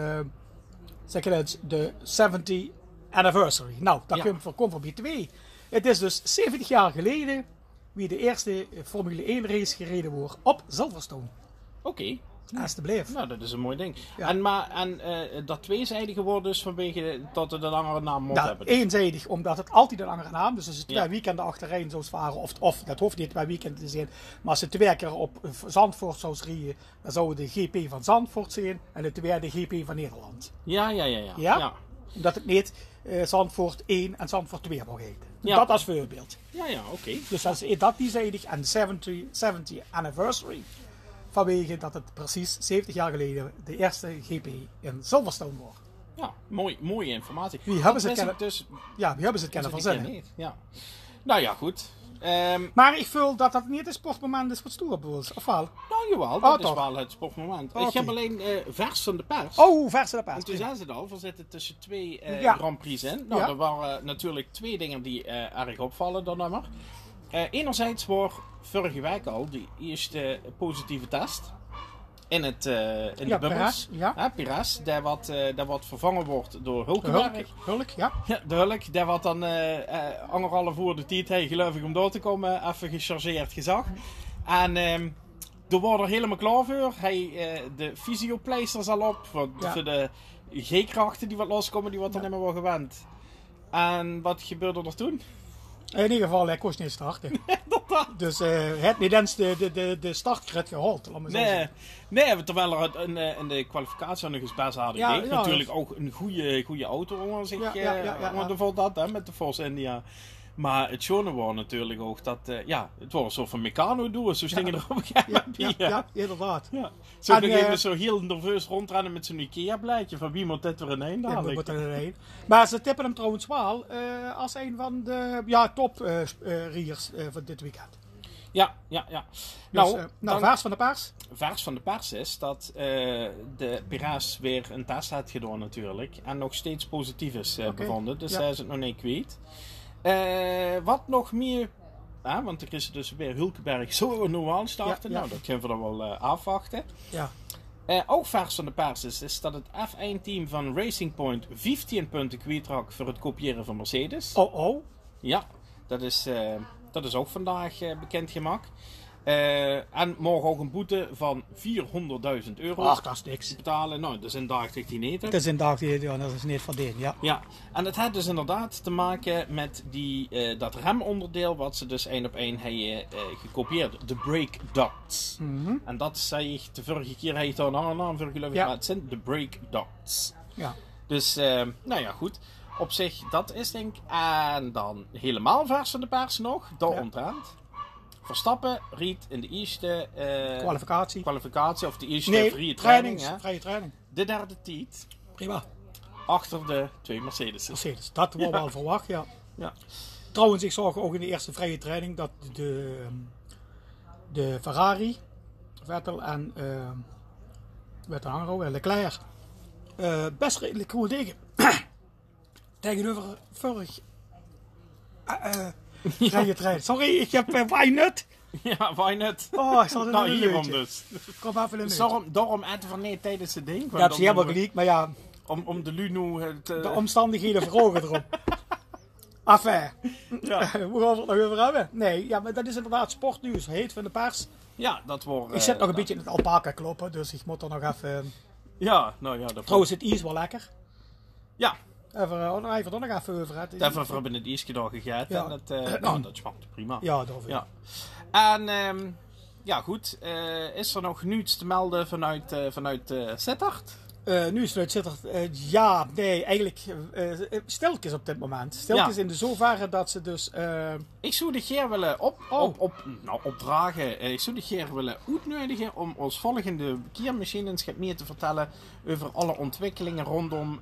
zeg je het, de 70th anniversary. Nou, dat komt voor B2. Het is dus 70 jaar geleden wie de eerste Formule 1 race gereden wordt op Silverstone. Oké. Alsjeblieft. Nou, dat is een mooi ding. Ja. En dat tweezijdige wordt dus vanwege dat het een andere naam moet Ja, hebben. eenzijdig, omdat het altijd een andere naam is. Dus als ze 2 weekenden achtereen zou varen, of dat hoeft niet 2 weekenden te zijn, maar als ze 2 keer op Zandvoort zou rijden, dan zou het de GP van Zandvoort zijn en de tweede GP van Nederland. Ja? Omdat het niet Zandvoort 1 en Zandvoort 2 mag heten. Ja. Dat als voorbeeld. Ja, oké. Dus dat is dat diezijdig en de 70th anniversary. Vanwege dat het precies 70 jaar geleden de eerste GP in Silverstone was. Ja, mooie informatie. Wie hebben ze Dat het wist ik Ja, wie hebben ze het kennen dus van ik zinnen. niet. Ja. Nou ja, goed. Maar ik voel dat dat niet het sportmoment is voor stoerboels, of wel? Nou jawel, dat is toch? wel het sportmoment. Oké. Ik heb alleen vers van de pers. Oh, verse de En pers. toen zei ze het al, we zitten tussen 2 Ja. Grand Prix in. Nou, Ja. er waren natuurlijk 2 dingen die erg opvallen, dat nummer. Enerzijds was vorige week al die eerste positieve test in de bubbels. Perez, ja. Perez, dat wat vervangen wordt door Hulkenberg. Hulk, ja. Ja, de Hulk, dat wat dan 1,5 uur de tijd heeft, geloof ik, om door te komen, even gechargeerd gezag. En er wordt er helemaal klaar voor. Hij de fysiopleisters al op, voor de G-krachten die wat loskomen, die wat dan helemaal wel gewend. En wat gebeurde er toen? In ieder geval, hij kost niet starten. Dus het niet eens de startkrit gehaald. Laat maar zo zeggen. Nee, terwijl er in de kwalificatie nog eens best aardig Ja, deed. ja, natuurlijk ook een goede auto onder zich. Onder dat, hè, met de Force India. Maar het schone was natuurlijk ook dat, het was een soort van Meccano doen. Zo stingen er op een gegeven moment. Ja, inderdaad. Ja. Zo op een gegeven moment zo heel nerveus rondrennen met zo'n Ikea-blaadje van wie moet dit er ineens Ja, dadelijk. moet er heen. Maar ze tippen hem trouwens wel als een van de top riers van dit weekend. Ja. Dus, Dan- vers van de pers. vers van de pers is dat de Perez weer een test had gedaan natuurlijk. En nog steeds positief is bevonden. Dus hij is het nog niet kwijt. Wat nog meer... want er is dus weer Hulkenberg zo nu aan starten. Ja. Nou, dat kunnen we dan wel afwachten. Ja. Ook vers van de pers is dat het F1-team van Racing Point 15 punten kwijtraakt voor het kopiëren van Mercedes. Oh. Ja, dat is ook vandaag bekendgemaakt. En morgen ook een boete van €400.000 Ach, dat is niks. betalen. Nou, dat is een dag tegen die neten. Het is een dag die dat is niet verdiend, ja. Ja, en het had dus inderdaad te maken met dat remonderdeel wat ze dus 1 op 1 hebben gekopieerd. De brake ducts. En dat zei ik de vorige keer, hij daar een andere naam voor geloof ik, maar het zijn de brake ducts. Ja. Dus, nou ja, goed. Op zich, dat is denk ik. En dan helemaal vers van de pers nog, daaromtrent. Verstappen reed in de eerste kwalificatie of de eerste vrije training. Vrije training. De derde tijd. Prima. Achter de 2 Mercedes. Mercedes. Dat wordt wel verwacht, ja. Ja. Trouwens, ik zag ook in de eerste vrije training dat de Ferrari, Vettel en Leclerc best redelijk goed tegenover vorig vrije training. Sorry, ik heb wijnut. Ja, why not? Oh, ik zat er Nou, een hierom leutje. dus. Kom even een Dus leutje. daarom eten van nee tijdens het ding. Ja, heb je helemaal gelijk, maar ja, Om de Luno de omstandigheden verhogen erop. Enfin, Ja. hoe gaan we het nog over hebben? Nee, ja, maar dat is inderdaad sportnieuws. Heet van de pers. Ja, dat wordt... Ik zit nog een beetje in het alpaca kloppen, dus ik moet er nog even... Ja, nou ja. Dat Trouwens, het ijs wel lekker. Ja, Even er nog even over. daarvoor hebben we het eerste dag gegeten. Ja. En dat, dat smaakt prima. Ja, daarvoor. Ja. En ja, goed. Is er nog niets te melden vanuit Sittard? Nu is het ja, nee, eigenlijk stiltjes op dit moment. Stiltjes in de zoverre dat ze dus... Ik zou de Geer willen opdragen. Ik zou de Geer willen uitnodigen om ons volgende keer misschien eens meer te vertellen over alle ontwikkelingen rondom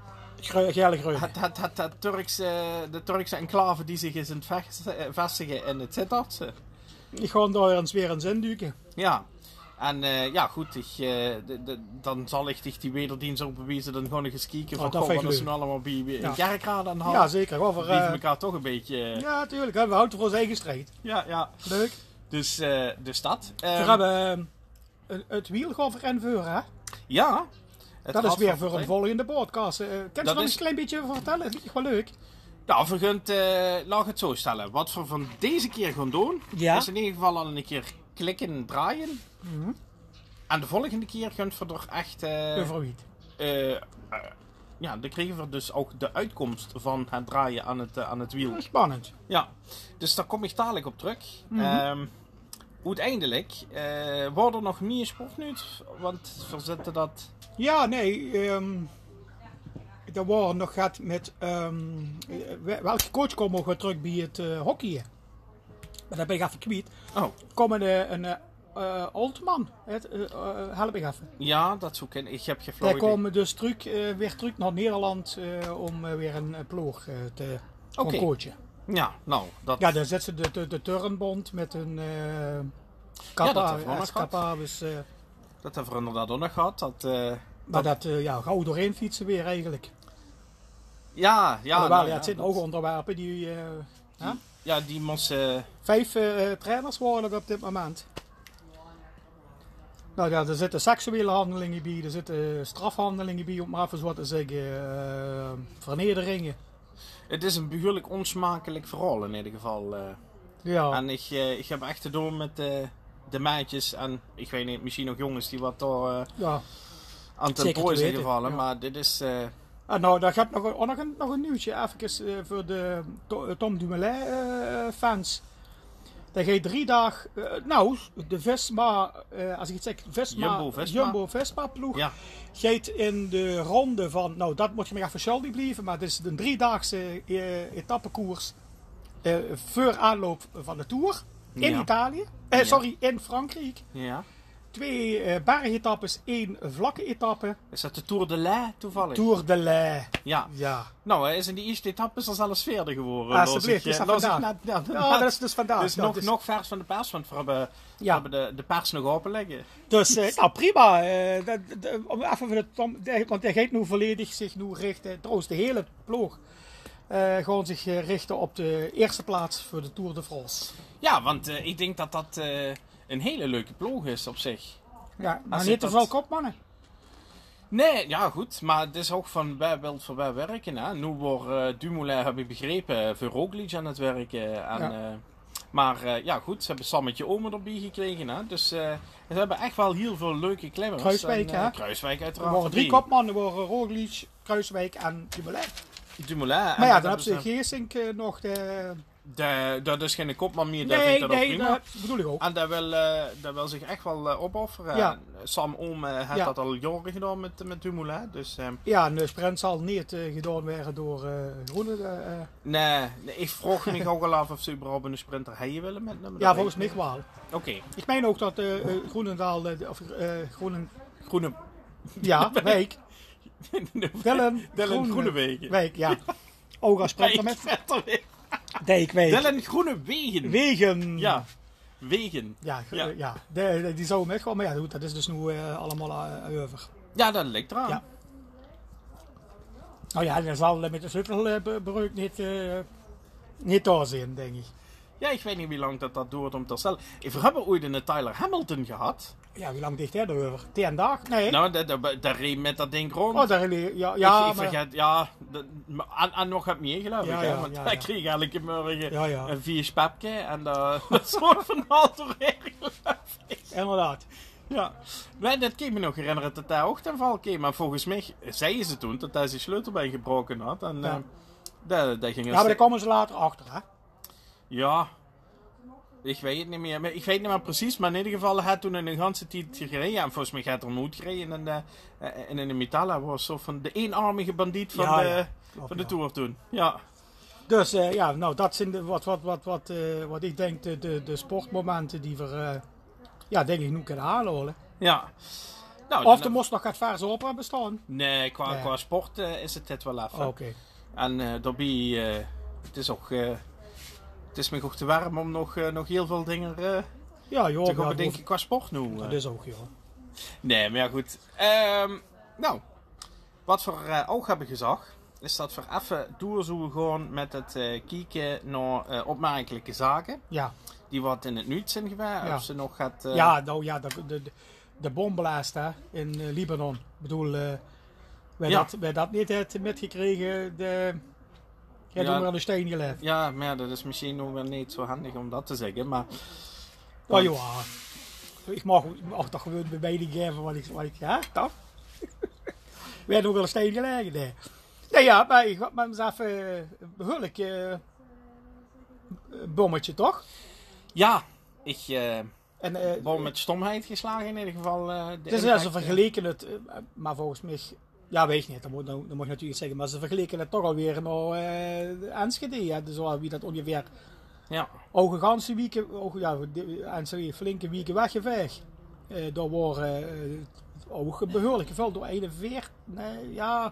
de Turkse enclave die zich is aan het vestigen in het Sittard. Ik ga daar eens weer eens induiken. Ja. En ja, goed, dan zal ik die wederdienst ook bewijzen. Dan gewoon eens kijken van wat is nu allemaal bij een kerkraad aan de hand. Ja, zeker. We blijven elkaar toch een beetje... Ja, tuurlijk. We houden voor ons eigen strijd. Ja. Leuk. Dus dat. We hebben het wiel gaan invoeren, hè? Ja. Dat is weer voor een volgende podcast. Kan je nog eens een klein beetje over vertellen? Dat is echt wel leuk. Nou, we gaan laat het zo stellen. Wat we van deze keer gaan doen, is in ieder geval al een keer klikken, draaien. Mm-hmm. En de volgende keer gaan we er echt... Overwiet. Ja, dan kregen we dus ook de uitkomst van het draaien aan het wiel. Spannend. Ja, dus daar kom ik dadelijk op terug. Mm-hmm. Uiteindelijk worden er nog meer sportnieuws, want we zetten dat... Ja, nee. Dat waren nog gaat met... welke coach komen we terug bij het hockeyen? Maar dat ben ik even kwijt. Oh. Komen een Oltman. Help ik even. Ja, dat zoek ik. Ik heb geen Die komen dus weer terug naar Nederland om weer een ploeg te coachen. Ja, nou. Ja, dan zetten ze de turnbond met een kappa. Dat hebben we inderdaad ook nog gehad. Maar dat gauw doorheen fietsen weer eigenlijk. Ja. Het zijn ook onderwerpen die... Ja, die moesten... 5 trainers worden op dit moment. Nou ja, er zitten seksuele handelingen bij, er zitten strafhandelingen bij, om maar even zo te zeggen, vernederingen. Het is een behoorlijk onsmakelijk verhaal in ieder geval. Ja. En ik heb echt te doen met de meisjes en ik weet niet, misschien nog jongens die wat daar aan ten prooi zijn gevallen, maar dit is... Nou, daar gaat nog een nieuwtje even voor de Tom Dumoulin fans. Dat gaat 3 dagen, de Vespa, als ik het zeg, Jumbo Vespa ploeg, gaat in de ronde van, nou dat moet je maar even schuldig blijven, maar het is een 3-daagse etappekoers voor aanloop van de Tour in Italië, in Frankrijk. Ja. 2 bergetappes, 1 vlakke etappe. Is dat de Tour de Lay toevallig? Tour de Lay. Ja. Nou, hij is in die eerste etappe al zelfs verder geworden. Alsjeblieft, is dat vandaag? Ja, dat is dus vandaag. Dus nog vers van de pers, want we hebben de pers nog openleggen. Dus, nou prima. Even want hij gaat nu volledig zich richten, trouwens de hele ploeg, gewoon zich richten op de eerste plaats voor de Tour de France. Ja, want ik denk dat dat... een hele leuke ploeg is op zich. Ja, maar niet te veel kopmannen. Nee, ja goed. Maar het is ook van wij wilt voor wij werken. Hè. Nu wordt Dumoulin, heb ik begrepen, voor Roglic aan het werken. En, maar ja goed, ze hebben Sammetje Omen erbij gekregen. Hè. Dus ze hebben echt wel heel veel leuke klimmers. Kruiswijk, hè? Kruiswijk uiteraard. Er worden 3 kopmannen, worden Roglic, Kruiswijk en Dumoulin. Maar ja, dan hebben ze Geesink nog de... Dat is geen kopman meer, nee, dat bedoel ik ook. En dat wil zich echt wel opofferen. Ja. Sam Oom heeft dat al jaren gedaan met Dumoulin. Dus, ja, en de sprint zal niet gedaan worden door Groene. Nee, ik vroeg me ook al af of ze überhaupt een sprinter heen willen met hem. Ja, volgens mij wel. Oké. Ik meen ook dat Groenendaal, Groene... Ja, Wijk. Dylan Groenewegen. Wijk, ja. Ook als sprinter met... Dylan Groenewegen. Wegen. Ja. Wegen. Ja. Die zou hem echt wel, maar ja, goed, dat is dus nu allemaal over. Ja, dat ligt eraan. Ja. Nou ja, dat zal met de sleutelbreuk niet doorzien, denk ik. Ja, ik weet niet hoe lang dat duurt om te herstellen. We hebben ooit een Tyler Hamilton gehad. Ja, hoe lang dicht hij erover? 10 dagen? Nee. Nou, daar reed met dat ding rond. Oh, daar reed ik vergeet, en nog heb meer geloof ik. Want hij kreeg elke morgen een 4 spapje en dat soort van al doorheen geloof ik. Inderdaad. Ja, maar dat kan ik me nog herinneren dat hij ook ten val kwam. Maar volgens mij zeiden ze toen dat hij zijn sleutelbeen gebroken had. En dat ging maar daar komen ze later achter, hè? Ja. Ik weet het niet meer. Ik weet niet meer precies, maar in ieder geval had toen in de ganse tijd gereden. En volgens mij gaat er nooit gereden in een Metalla. Was zo van de eenarmige bandiet van de Tour toen. Ja. Dus nou, dat zijn wat ik denk de sportmomenten die we denk ik nu kunnen aanholen. Ja. Nou, of er moest nog het vers op bestaan. Nee, qua sport is het dit wel even. Oké. En daarbij, het is ook... het is me ook te warm om nog heel veel dingen te gaan bedenken qua sport nu. Dat is ook, joh. Nee, maar ja, goed. Nou, wat we ook hebben gezegd, is dat we even doorzoeken gewoon met het kijken naar opmerkelijke zaken. Ja. Die wat in het nieuws zijn geweest. Ja. Of ze nog gaat... de bombelast hè, in Libanon. Ik bedoel, wij dat niet het metgekregen, jij hebt wel een steen gelegd. Ja, maar dat is misschien nog wel niet zo handig om dat te zeggen, maar... Oh ja, ik mag toch gewoon bij mening geven wat ik ja, toch? We hebben nog wel een steen gelegen, nee. Nee ja, maar ik had maar eens even een behoorlijk bommetje, toch? Ja, bom met stomheid geslagen in ieder geval. Het is ze vergeleken het, maar volgens mij... Ja, weet je niet, dat moet je natuurlijk zeggen. Maar ze vergeleken het toch alweer naar Enschede. Hè? Dus wie dat ongeveer... Ja. Ook een ganse weken... Enschede flinke weken weggeveegd. Daar waren ook behoorlijk gevuld door 41... Nee, ja...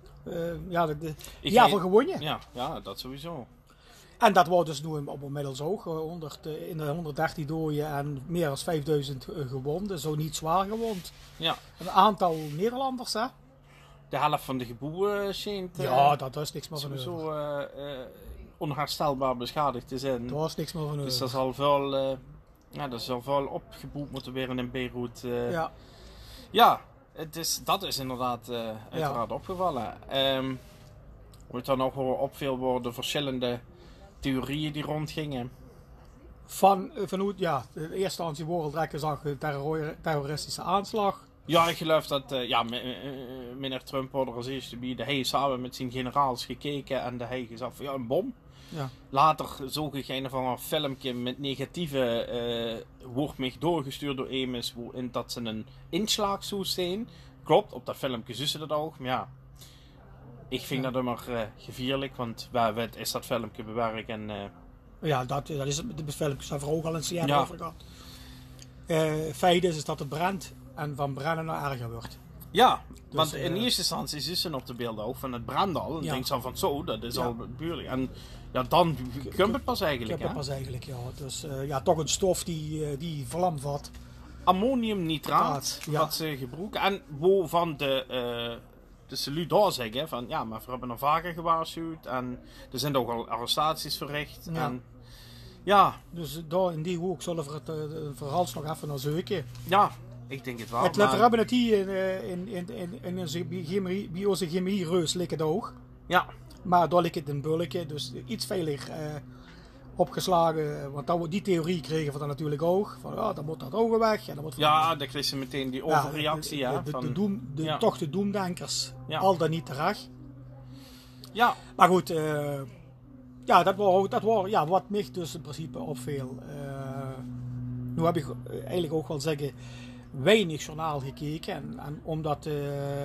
van gewonnen. Ja, dat sowieso. En dat wordt dus nu op inmiddels ook. In de 113 doden en meer dan 5000 gewonden. Zo niet zwaar gewond. Ja. Een aantal Nederlanders, hè? De helft van de geboren schijnt... ja, dat is niks meer van zo onherstelbaar beschadigd te zijn. Dat was niks meer van Dus dat zal wel opgeboekt moeten worden in Beirut. Ja, dat is inderdaad uiteraard opgevallen. Wat dan nog opviel worden verschillende theorieën die rondgingen. Vanuit, in eerste instantie Wereldrekken zag een terroristische aanslag. Ja, ik geloof dat meneer Trump wordt als eerste bieden. Hij samen met zijn generaals gekeken en hij gezegd van een bom. Ja. Later zag ik een of ander filmpje met negatieve wordt mij doorgestuurd door Emis waarin dat ze een inslag zou zijn. Klopt, op dat filmpje zussen dat ook, maar ja. Ik vind dat immer gevierlijk, want waar is dat filmpje bewerkt en... dat is het. De filmpjes hebben we ook al een CR over gehad. Feit is dat het brandt en van branden naar erger wordt. Ja, dus, want in eerste instantie is ze op de beelden ook van het brand al. En denkt zo van zo, dat is al buurlijk. En ja, dan komt het pas eigenlijk. Dus toch een stof die vlam vat. Ammoniumnitraat, wat ze gebruiken. En waarvan de salu daar zeggen van ja, maar we hebben er vaker gewaarschuwd. En er zijn ook al arrestaties verricht. Ja. En, ja. Dus daar in die hoek zullen we het vooralsnog even naar zoeken. Ja, ik denk het wel. We hebben het hier in onze chemie reus ligt het ook. Ja. Maar daar ligt het een bulletje, dus iets veiliger opgeslagen. Want die theorie kregen we dan natuurlijk ook. Van dan moet dat ogen weg. En dan moet dan kreeg ze meteen die overreactie. Toch de doemdenkers. Ja. Al dan niet terecht. Ja. Maar goed, dat was wat mij dus in principe opviel. Nu heb ik eigenlijk ook wel zeggen weinig journaal gekeken. En omdat de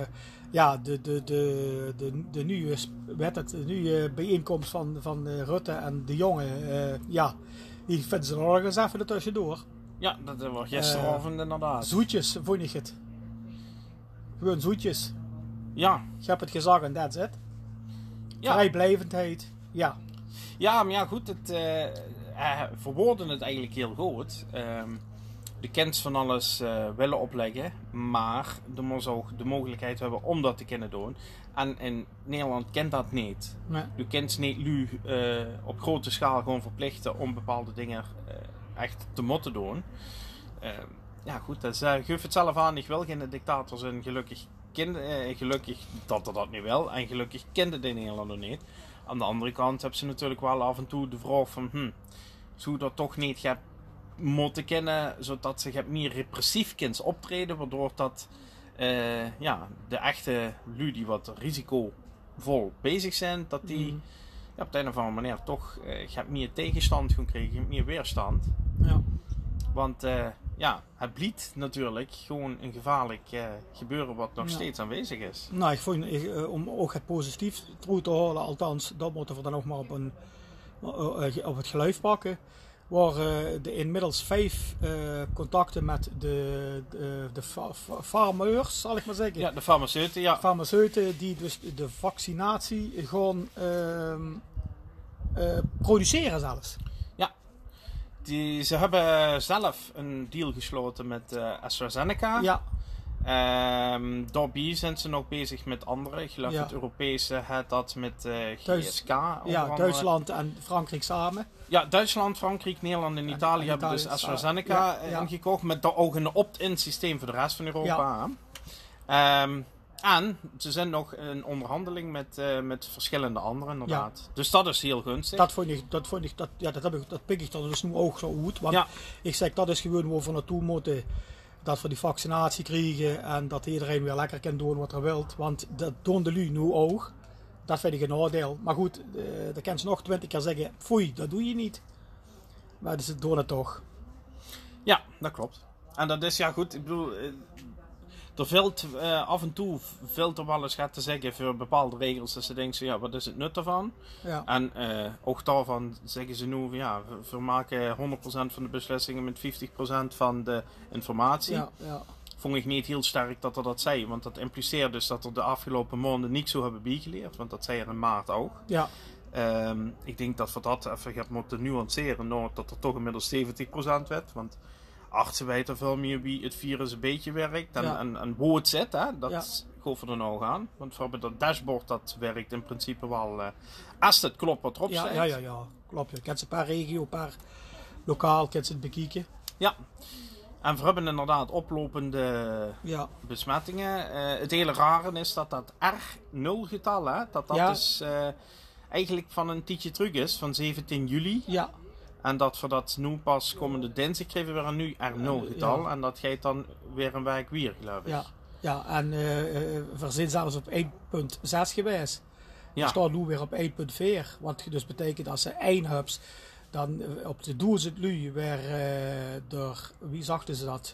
nieuwe bijeenkomst van Rutte en de jongen, die vinden ze nog eens even er tussendoor. Ja, dat was gisteravond inderdaad. Zoetjes, vond ik het. Gewoon zoetjes. Ja. Je hebt het gezegd en that's it. Ja. Vrijblijvendheid, ja. Ja, maar ja goed, verwoorden het eigenlijk heel goed. De kennis van alles willen opleggen, maar er moet ook de mogelijkheid hebben om dat te kunnen doen. En in Nederland kent dat niet. Nee. Je kent niet op grote schaal gewoon verplichten om bepaalde dingen echt te moeten doen. Ja goed, dus, geef het zelf aan, ik wil geen dictator zijn, gelukkig dat er dat nu wel, en gelukkig kent het in Nederland nog niet. Aan de andere kant hebben ze natuurlijk wel af en toe de vraag van, zou dat toch niet gaat moeten kennen, zodat ze meer repressief kunnen optreden, waardoor dat de echte lui die wat risicovol bezig zijn, dat die op de een of andere manier toch, je hebt meer tegenstand gekregen, je hebt meer weerstand. Ja. Want het blieft natuurlijk gewoon een gevaarlijk gebeuren wat nog steeds aanwezig is. Nou, ik vond, om ook het positief terug te halen, althans, dat moeten we dan nog maar op het geluid pakken. Waren er inmiddels 5 contacten met de farmeurs, zal ik maar zeggen. Ja, de farmaceuten, ja. Farmaceuten die dus de vaccinatie gewoon produceren zelfs. Ja, ze hebben zelf een deal gesloten met AstraZeneca. Ja. Daarbij zijn ze nog bezig met andere. Ik geloof het Europese had dat met GSK. Ja, Duitsland en Frankrijk samen. Ja, Duitsland, Frankrijk, Nederland en Italië hebben dus AstraZeneca ingekocht. Met ook een opt-in systeem voor de rest van Europa. Ja. En ze zijn nog in onderhandeling met verschillende anderen inderdaad. Ja. Dus dat is heel gunstig. Dat pik ik dan dus nu ook zo goed. Want ik zeg, dat is gewoon waar we naartoe moeten. Dat we die vaccinatie krijgen en dat iedereen weer lekker kan doen wat er wil. Want dat doen de lui nu ook. Dat vind ik een nadeel. Maar goed, dan kan ze nog 20 keer zeggen, foei, dat doe je niet. Maar ze doen het toch. Ja, dat klopt. En dat is, ja goed, ik bedoel, er valt af en toe veel er wel eens gaat te zeggen voor bepaalde regels. Dat ze denken, ja, wat is het nut ervan? Ja. En ook daarvan zeggen ze nu, ja, we maken 100% van de beslissingen met 50% van de informatie. Ja, ja. Vond ik niet heel sterk dat er dat zei. Want dat impliceert dus dat er de afgelopen maanden niet zo hebben bijgeleerd. Want dat zei er in maart ook. Ja. Ik denk dat we dat even gaan moeten nuanceren. Nou, dat er toch inmiddels 70% werd. Want artsen weten veel meer wie het virus een beetje werkt. En hoe het zit. Hè? Dat gaat er nou aan. Want we hebben dat dashboard dat werkt in principe wel. Als het klopt wat erop staat. Ja, klopt. Je kent ze per regio, per lokaal, kent ze het bekijken. Ja. En we hebben inderdaad oplopende besmettingen. Het hele rare is dat R0-getal, dat dus eigenlijk van een tijdje terug is, van 17 juli. Ja. En dat we dat nu pas komende dinsdag krijgen we weer een nu R0-getal. Ja. En dat gaat dan weer een week weer, geloof ik. Ja, en we zijn zelfs op 1.6 geweest. Ja. We staan nu weer op 1.4. Wat dus betekent als ze 1 hubs... Dan op de doel zit nu weer door, wie zagten ze dat?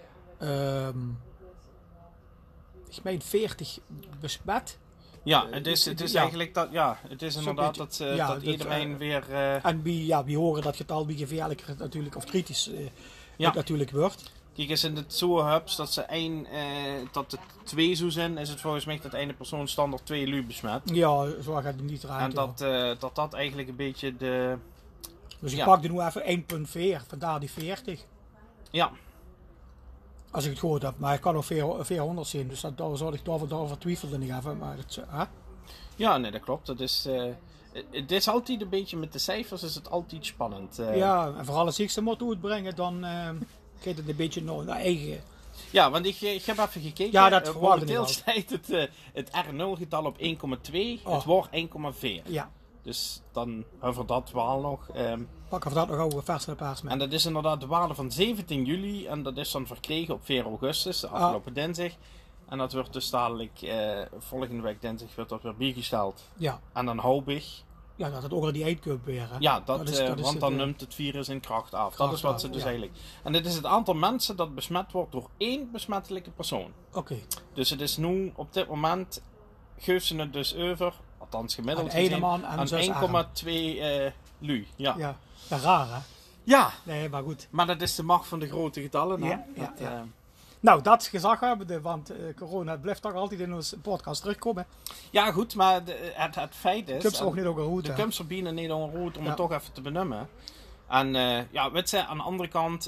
Ik meen 40 besmet. Ja, het is eigenlijk dat, het is inderdaad dat iedereen weer... En wie horen dat getal wie gevaarlijker natuurlijk, of kritisch het natuurlijk wordt. Kijk, als in de hubs dat ze dat het 2 zo zijn, is het volgens mij dat ene persoon standaard 2 lui besmet. Ja, zo gaat het niet eruit. En dat eigenlijk een beetje de... Dus ik pak er nu even 1.4, vandaar die 40. Ja. Als ik het gehoord heb, maar het kan ook 400 zijn, dus daar zou ik daarover twijfelen niet even. Maar Ja, nee, dat klopt. Dat is, het is altijd een beetje, met de cijfers is het altijd spannend. Ja, en vooral als ik ze moet uitbrengen, dan gaat het een beetje naar eigen... Ja, want ik heb even gekeken. Ja, dat verwacht ik staat het R0-getal op 1,2, het wordt 1,4. Ja. Dus dan hebben we dat wel nog. Pakken we dat nog over vers naar paars mee. En dat is inderdaad de waarde van 17 juli. En dat is dan verkregen op 4 augustus, afgelopen dinsdag. En dat wordt dus dadelijk volgende week dinsdag wordt dat weer bijgesteld. Ja. En dan hoop ik... Ja, dat het ook al die eindcup weer. Hè? Ja, want dan neemt het virus in kracht af. Dat is wat ze dus eigenlijk... En dit is het aantal mensen dat besmet wordt door 1 besmettelijke persoon. Oké. Dus het is nu op dit moment... Geef ze het dus over... Althans gemiddeld gezien, aan 1,2 lui. Ja. Ja, dat is raar hè? Ja. Nee, maar goed. Maar dat is de macht van de grote getallen. Ja. Nou, dat gezag hebben we, want corona blijft toch altijd in onze podcast terugkomen. Ja goed, maar het feit is... De ook niet ook een route. De Cubs verbieden niet ook een route om het toch even te benoemen. En weet je, aan de andere kant,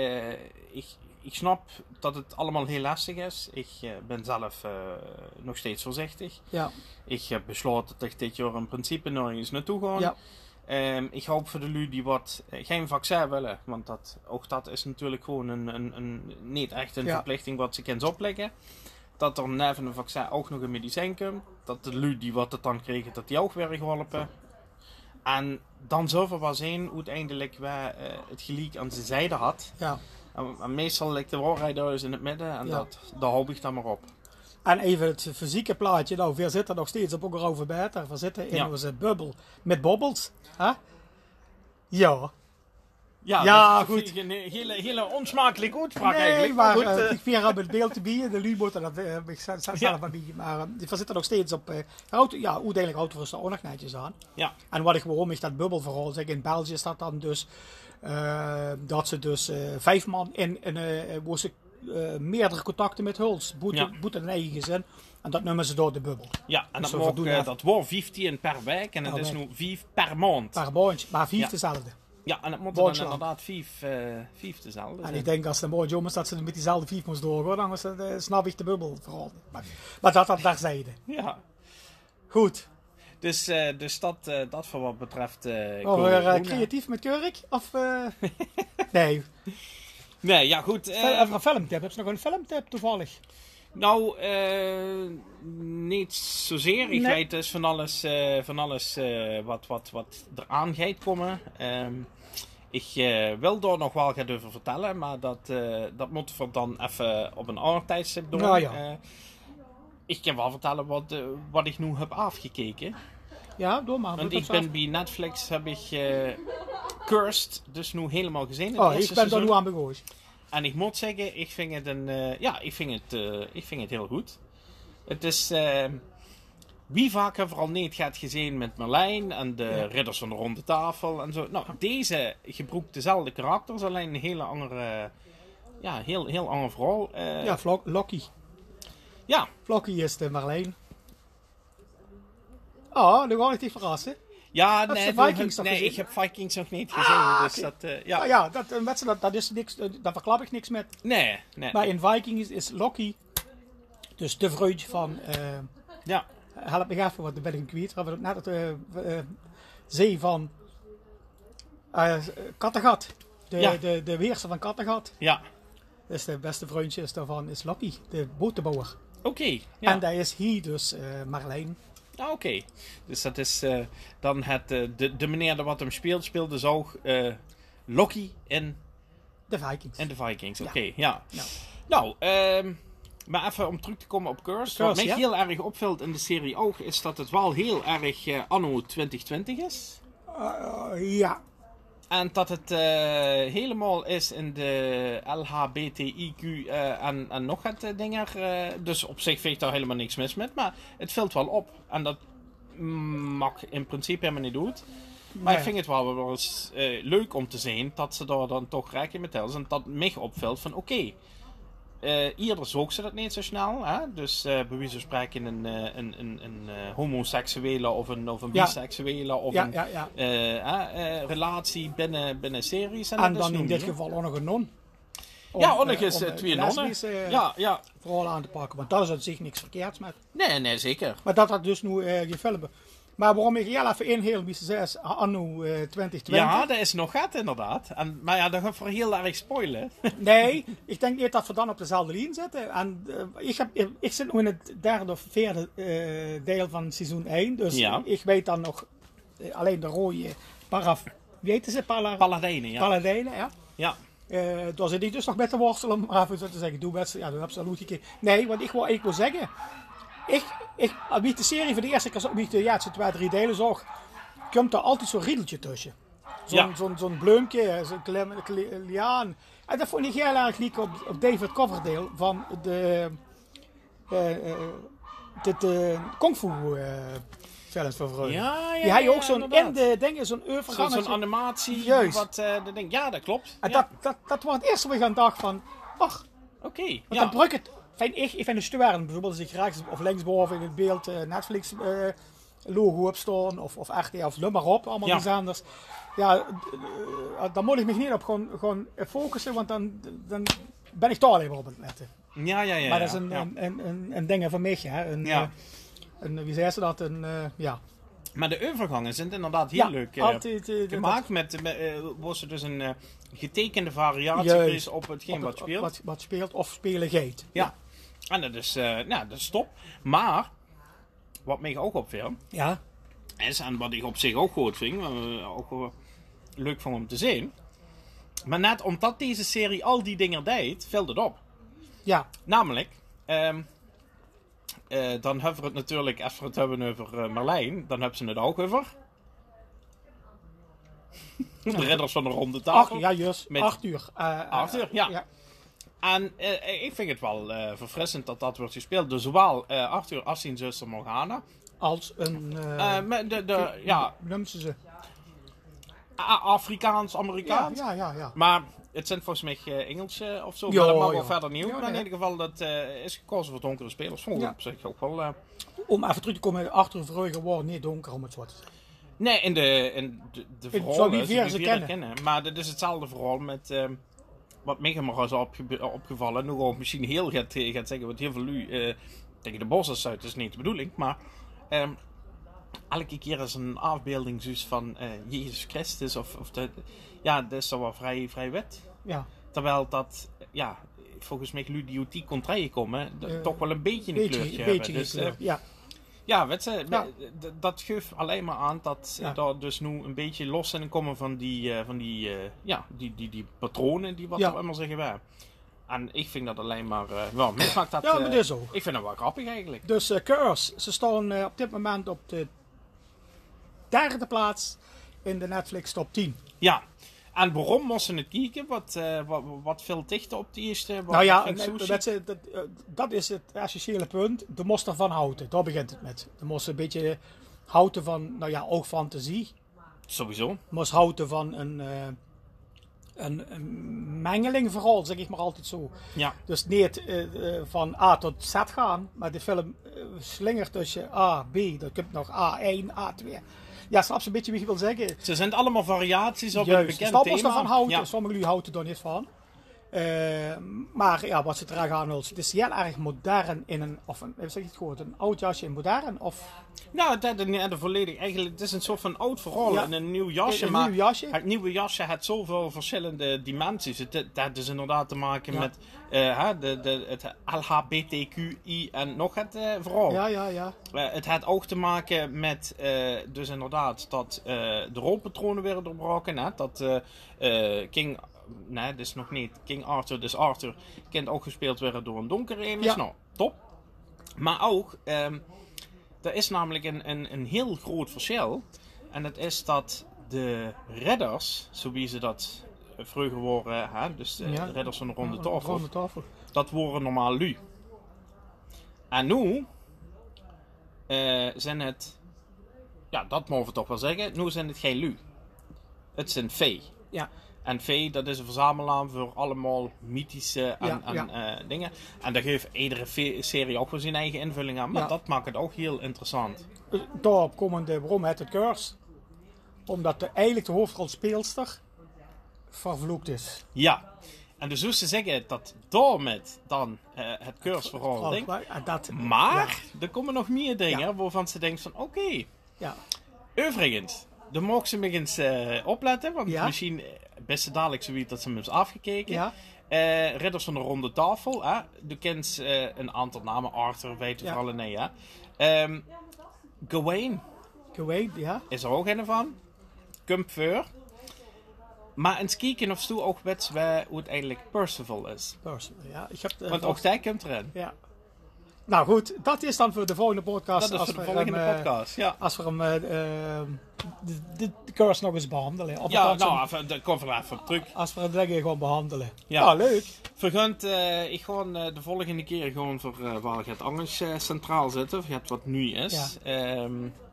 ik snap dat het allemaal heel lastig is. Ik ben zelf nog steeds voorzichtig. Ja. Ik heb besloten dat ik dit jaar in principe nergens naartoe ga. Ja. Ik hoop voor de lui die geen vaccin willen. Want dat is natuurlijk gewoon een niet echt een verplichting wat ze kunnen opleggen. Dat er neven een vaccin ook nog een medicijn komt. Dat de lui die wat het dan kregen, dat die ook weer geholpen. En dan zullen we wel zien uiteindelijk waar het gelijk aan zijn zijde had. Ja. En meestal ligt de waarheid dus in het midden en daar hoop ik dan maar op. En even het fysieke plaatje. Nou, we zitten nog steeds op een grove beter. We zitten in onze bubbel met bobbels. Huh? Ja. Ja, dat goed. Een hele onsmakelijke uitspraak eigenlijk. Maar goed, ik weer op het beeld te bieden. De Luboten, dat heb ik zelf een beetje. Maar we zitten nog steeds op... uiteindelijk houdt er ook nog netjes aan. Ja. En wat ik waarom ik dat bubbelverhaal zeg, in België staat dan dus... dat ze dus 5 man waar ze meerdere contacten met huls. Boeten een eigen gezin. En dat noemen ze door de bubbel. Ja, en dus dat wordt 15 per week. En het is nu 5 per maand. Per maand, maar 5 dezelfde. Ja, en het moet dan inderdaad 5 dezelfde. En ik denk als de mooie jongens dat ze met diezelfde 5 moest doorgaan, dan was het, snap ik de bubbel vooral. Maar dat terzijde. Ja. Goed. Dus dat voor wat betreft... creatief met Kurk? Of... nee. Nee, ja goed. Even een filmtip. Heb je nog een filmtip toevallig? Nou, niet zozeer. Ik weet dus van alles wat eraan gaat komen. Ik wil daar nog wel gaan over vertellen, maar dat moeten we dan even op een ander tijdstip doen. Nou, ja. Ik kan wel vertellen wat ik nu heb afgekeken. Ja, doe maar. Want ik ben bij Netflix, heb ik Cursed dus nu helemaal gezien. Ik ben daar nu aan begonnen. En ik moet zeggen, ik vind het heel goed. Het is... wie vaker vooral niet gaat gezien met Merlijn en de ridders van de ronde tafel en zo. Nou, deze gebruikt dezelfde karakters, alleen een hele andere... heel ander verhaal. Loki. Ja. Loki is de Merlijn. Oh, nu ga ik dich verrassen. Ja, ik heb Vikings nog niet gezien. Dus dat is niks, daar verklap ik niks met. Nee. Maar in Vikings is Loki, dus de vreugde van... help me even, want dan ben ik kwijt. We hebben net het zee van Kattegat. De weerser van Kattegat. Ja. Dus de beste vriendje daarvan is Loki, de botenbouwer. Oké. Ja. En daar is hij dus Merlijn. Oké. Dus dat is dan de meneer wat hem speelt dus ook Loki in de Vikings. En de Vikings, oké. Ja. Nou, maar even om terug te komen op Cursed. Wat mij heel erg opvalt in de serie ook, is dat het wel heel erg anno 2020 is. Ja. En dat het helemaal is in de LHBTIQ en nog wat dingen. Dus op zich vind ik daar helemaal niks mis met. Maar het valt wel op. En dat mag in principe helemaal niet doen. Maar ik vind het wel eens leuk om te zien dat ze daar dan toch rekening mee tellen. En dat mij opvalt van oké. Eerder zoeken ze dat niet zo snel. Hè? Dus bij wie ze spreken een homoseksuele of een biseksuele of een relatie binnen series. En dan in dit geval ook nog een non. Ook nog eens 2 nonnen. Vooral aan te pakken, want dat is op zich niks verkeerds met. Nee, zeker. Maar dat dus nu gefilmd. Maar waarom ik heel even inheel, wie ze zei, anno 2020. Ja, dat is nog gaat inderdaad. Maar ja, dat gaat voor heel erg spoilen. Nee, ik denk niet dat we dan op dezelfde lijn zitten. En ik zit nu in het 3e of 4e deel van seizoen 1. Dus ik weet dan nog alleen de rode wie heet ze? Paladijnen, ja. Paladijnen, ja. Ja. Daar zit ik dus nog met te worstelen, om even zo te zeggen, doe best, ja, doe absoluut gekeken. Nee, want ik wil zeggen, als ik de serie voor de eerste keer, wie de 2-3 delen zag, komt er altijd zo'n riedeltje tussen. Zo'n bloempje, zo'n liaan. En dat vond ik heel erg liek op David Coverdale van de Kung Fu films van vroeger. Die hij ook zo'n in de dingen, zo'n zo'n animatie. Juist. Ja, dat klopt. En dat was het eerste wat ik aan dacht van, ach. Oké. Want dan bruk het. Ik vind het steuren, bijvoorbeeld als ik rechts of linksboven in het beeld Netflix logo op staan of RTL of noem maar op, allemaal iets anders. Ja, dan moet ik me niet op gewoon focussen, want dan ben ik daar alleen maar op het letten. Ja. Maar dat is een ding van mij, hè. Wie zei ze dat? Maar de overgangen zijn inderdaad heel leuk gemaakt. Waar ze dus een getekende variatie is op hetgeen wat speelt. Wat speelt of spelen gaat. Ja. En dat is, dat is top. Maar, wat mij ook opviel, is, en wat ik op zich ook goed vind, ook leuk vond om te zien, maar net omdat deze serie al die dingen deed, viel het op. Ja. Namelijk, dan hebben we het natuurlijk, als we het hebben over Merlijn, dan hebben ze het ook over. De ridders van de ronde tafel. Ja, juist. Met 8 uur. 8 uur, ja. En ik vind het wel verfrissend dat wordt gespeeld door zowel Arthur als zijn zuster Morgana. Als een... noemen ze? Afrikaans-Amerikaans. Ja. Maar het zijn volgens mij Engels of zo. Ja, maar dat mag wel ja. verder niet. Ja, Maar in nee. ieder geval, dat is gekozen voor donkere spelers. Vond ik op zich ook wel... Om even terug te komen, Arthur Verheugen wordt niet donker om het zo te zeggen. Nee, in de Zo verhalen. die ze kennen. Maar dat is hetzelfde verhaal met... wat mij maar is opgevallen. Nu ook misschien heel gaat zeggen. Want heel veel u tegen de bossen uit. Dat is niet de bedoeling. Maar... elke keer is een afbeelding dus van Jezus Christus dat is toch wel vrij wet. Ja. Terwijl dat, volgens mij ludiotiek kon komen, toch wel een beetje een kleurtje hebben. Dus, weet je, dat geeft alleen maar aan dat daar dus nu een beetje los in komen van die patronen die wat we allemaal zeggen wij. En ik vind dat alleen maar... maar dat, maar dit is ook. Ik vind dat wel grappig eigenlijk. Dus Curse, ze staan op dit moment op de 3e plaats in de Netflix top 10. Ja, en waarom moesten we het kijken? Wat veel dichter op die eerste? Dat is het essentiële punt. Je moest ervan houden, daar begint het met. Je moest een beetje houden van, ook fantasie. Sowieso. Je moest houden van een mengeling vooral, zeg ik maar altijd zo. Ja. Dus niet van A tot Z gaan, maar de film slingert tussen A, B, dan komt nog A1, A2. Ja, snap je een beetje wat je wil zeggen? Ze zijn allemaal variaties op Juist, een bekend thema. ervan houden, Ja. sommigen jullie houden er niet van. Maar ja, wat ze eraan gaan het is heel erg modern in een oud jasje in modern of... Nou, dat volledig eigenlijk, het is een soort van oud verhaal in een nieuw jasje. Een maar nieuw jasje. Het nieuwe jasje heeft zoveel verschillende dimensies. Het heeft dus inderdaad te maken met het LHBTQI en nog het verhaal. Ja. Het heeft ook te maken met dus inderdaad dat de rolpatronen werden doorbroken. Hè? Dat King... Nee, dat is nog niet. King Arthur, dus Arthur, kan ook gespeeld worden door een donkere enis. Ja. Nou, top. Maar ook, er is namelijk een heel groot verschil. En dat is dat de redders, zoals ze dat vroeger waren, dus de redders van de ronde tafel, dat worden normaal lui. En nu zijn het, dat mogen we toch wel zeggen, nu zijn het geen lui. Het zijn fee. Ja. En vee, dat is een verzamelaar voor allemaal mythische dingen. En daar geeft iedere serie ook wel zijn eigen invulling aan. Maar dat maakt het ook heel interessant. Daarop komende, waarom het Curse? Omdat eigenlijk de hoofdrolspeelster vervloekt is. Ja. En dus hoe ze zeggen dat daarmee dan het Curse vooral ding. Maar er komen nog meer dingen waarvan ze denken van oké. Ja. Overigens, dan mogen ze me eens opletten. Want misschien best dadelijk zoiets dat ze hem hebben afgekeken. Ja. Ridders van de ronde tafel. Je kent een aantal namen. Arthur, weten we vooral nee. Gawain. Ja. Is er ook een van. Comfort. Maar eens kijken of ze ook weten hoe het eigenlijk Percival is. Ja. Want ook hij komt erin. Ja. Nou goed, dat is dan voor de volgende podcast. Dat is voor de volgende podcast, ja. Als we hem de Curse nog eens behandelen. Of daar komen we even op terug. Als we het dingen gewoon behandelen. Ja, leuk. Vergunt, ik ga de volgende keer gewoon voor waar het anders centraal zitten. Of het wat nu is. Ja.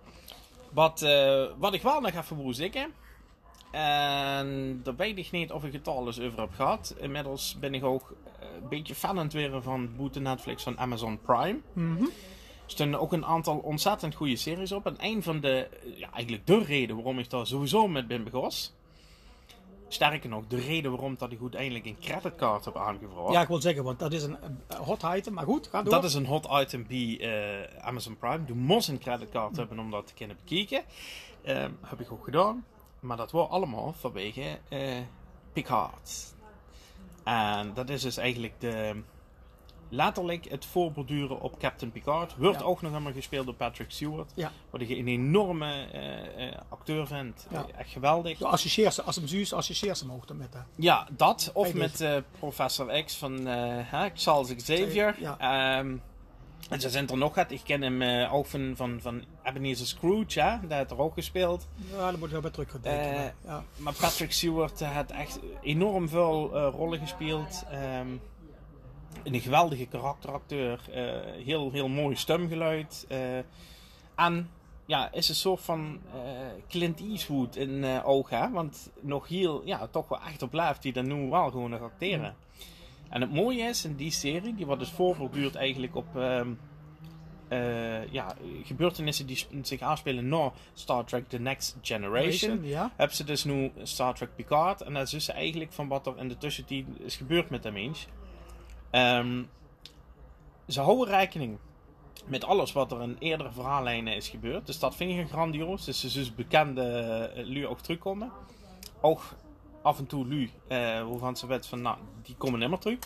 Wat ik wel nog even wil zeggen. En daar weet ik niet of ik het alles over heb gehad. Inmiddels ben ik ook een beetje fan aan het worden van het boete Netflix van Amazon Prime. Er staan ook een aantal ontzettend goede series op. En een van de, eigenlijk de reden waarom ik daar sowieso met ben begonnen. Sterker nog, de reden waarom dat ik uiteindelijk een creditcard heb aangevraagd. Ja, ik wil zeggen, want dat is een hot item. Maar goed, ga door. Dat is een hot item bij Amazon Prime. Je moet een creditcard hebben om dat te kunnen bekijken. Heb ik ook gedaan. Maar dat was allemaal vanwege Picard. En dat is dus eigenlijk letterlijk het voorborduren op Captain Picard. Wordt ook nog helemaal gespeeld door Patrick Stewart. Ja. Wat ik een enorme acteur vind. Echt geweldig. Associeer ze hem ook met dat. Ja, dat. Of met Professor X van Charles Xavier. En zo zijn er nog wat. Ik ken hem ook van Ebenezer Scrooge, hè? Dat heeft er ook gespeeld. Ja, dat moet je wel bij terug gaan denken. Ja. Maar Patrick Stewart heeft echt enorm veel rollen gespeeld. Een geweldige karakteracteur. Heel mooi stemgeluid. En ja, is een soort van Clint Eastwood in ogen. Hè? Want nog heel, toch wel echt op blijft die dan nu wel gewoon nog acteren. En het mooie is in die serie, die wat dus voortborduurt eigenlijk op gebeurtenissen die zich afspelen na Star Trek The Next Generation. Ja. Hebben ze dus nu Star Trek Picard. En dat is dus eigenlijk van wat er in de tussentijd is gebeurd met de mens. Ze houden rekening met alles wat er in eerdere verhaallijnen is gebeurd. Dus dat vind ik grandioos. Dus ze dus bekende lui ook terugkomen. Ook af en toe lui, waarvan ze weten van, die komen niet meer terug.